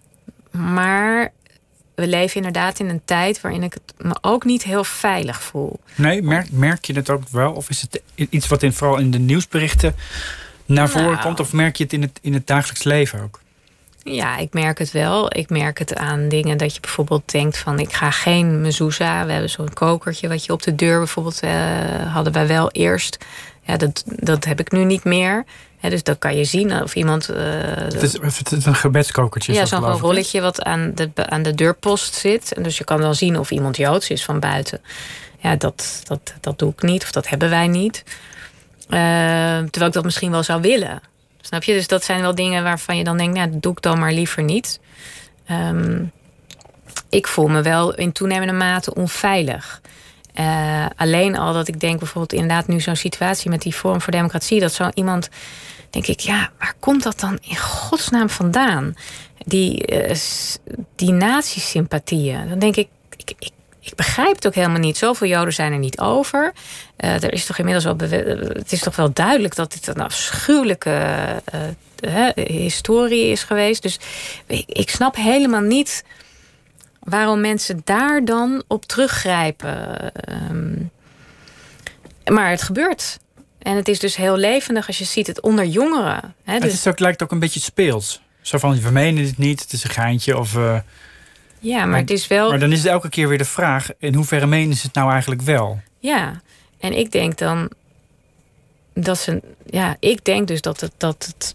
maar we leven inderdaad in een tijd waarin ik het me ook niet heel veilig voel. Nee, merk, merk je het ook wel? Of is het iets wat in, vooral in de nieuwsberichten naar voren nou, komt? Of merk je het in het, in het dagelijks leven ook? Ja, ik merk het wel. Ik merk het aan dingen dat je bijvoorbeeld denkt van ik ga geen mezouza. We hebben zo'n kokertje wat je op de deur bijvoorbeeld uh, hadden wij wel eerst. Ja, dat, dat heb ik nu niet meer. He, dus dan kan je zien of iemand... Uh, het, is, het is een gebedskokertje. Ja, zo'n rolletje wat aan de, aan de deurpost zit. En dus je kan wel zien of iemand Joods is van buiten. Ja, dat, dat, dat doe ik niet. Of dat hebben wij niet. Uh, terwijl ik dat misschien wel zou willen. Snap je? Dus dat zijn wel dingen waarvan je dan denkt, nou, dat doe ik dan maar liever niet. Um, ik voel me wel in toenemende mate onveilig. Uh, alleen al dat ik denk bijvoorbeeld inderdaad nu zo'n situatie met die Forum voor Democratie, dat zo iemand, denk ik, ja, waar komt dat dan in godsnaam vandaan? Die, uh, die nazi-sympathieën. Dan denk ik, ik, ik, ik begrijp het ook helemaal niet. Zoveel Joden zijn er niet over. Uh, er is toch inmiddels wel bewe- het is toch wel duidelijk dat dit een afschuwelijke uh, uh, historie is geweest. Dus ik, ik snap helemaal niet waarom mensen daar dan op teruggrijpen. Um, maar het gebeurt. En het is dus heel levendig als je ziet het onder jongeren. Hè, dus... Het is ook, lijkt ook een beetje speels. Zo van, we menen het niet, het is een geintje. Of, uh... Ja, maar, maar het is wel... Maar dan is het elke keer weer de vraag, in hoeverre menen ze het nou eigenlijk wel? Ja, en ik denk dan dat ze... Ja, ik denk dus dat het... Dat het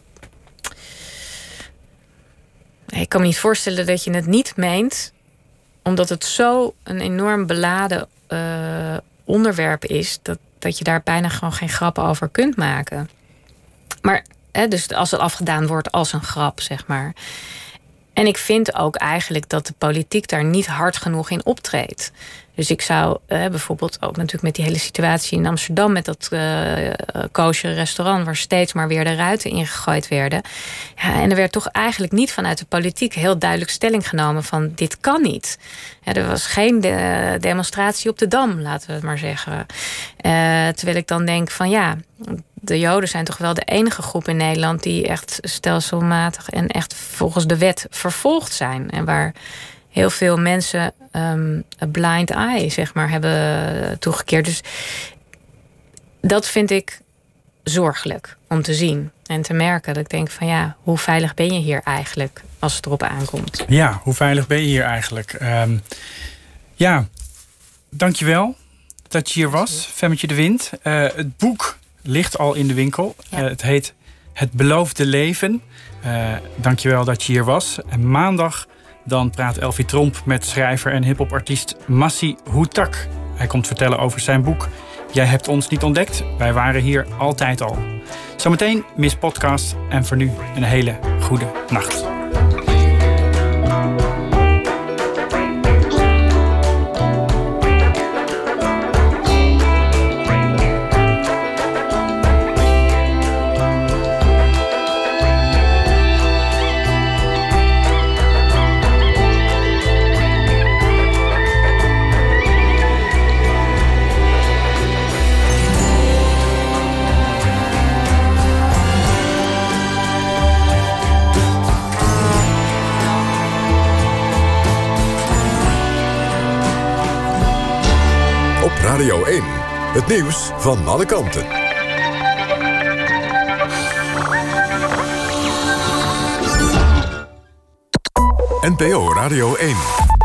ik kan me niet voorstellen dat je het niet meent, omdat het zo een enorm beladen uh, onderwerp is, dat, dat je daar bijna gewoon geen grappen over kunt maken. Maar hè, dus als het afgedaan wordt als een grap, zeg maar. En ik vind ook eigenlijk dat de politiek daar niet hard genoeg in optreedt. Dus ik zou eh, bijvoorbeeld ook natuurlijk met die hele situatie in Amsterdam, met dat uh, kosher restaurant waar steeds maar weer de ruiten ingegooid werden. Ja, en er werd toch eigenlijk niet vanuit de politiek heel duidelijk stelling genomen van dit kan niet. Ja, er was geen de demonstratie op de Dam, laten we het maar zeggen. Uh, terwijl ik dan denk van ja, de Joden zijn toch wel de enige groep in Nederland die echt stelselmatig en echt volgens de wet vervolgd zijn. En waar heel veel mensen um, een blind eye, zeg maar, hebben toegekeerd. Dus dat vind ik zorgelijk om te zien en te merken. Dat ik denk van ja, hoe veilig ben je hier eigenlijk als het erop aankomt? Ja, hoe veilig ben je hier eigenlijk? Um, ja, dankjewel dat je hier was, Femmetje de Wind. Uh, het boek ligt al in de winkel. Ja. Uh, het heet Het Beloofde Leven. Uh, dankjewel dat je hier was. En maandag dan praat Elfie Tromp met schrijver en hiphopartiest Massi Houtak. Hij komt vertellen over zijn boek Jij hebt ons niet ontdekt, wij waren hier altijd al. Zometeen Miss Podcast en voor nu een hele goede nacht. Radio één. Het nieuws van alle kanten. N P O Radio één.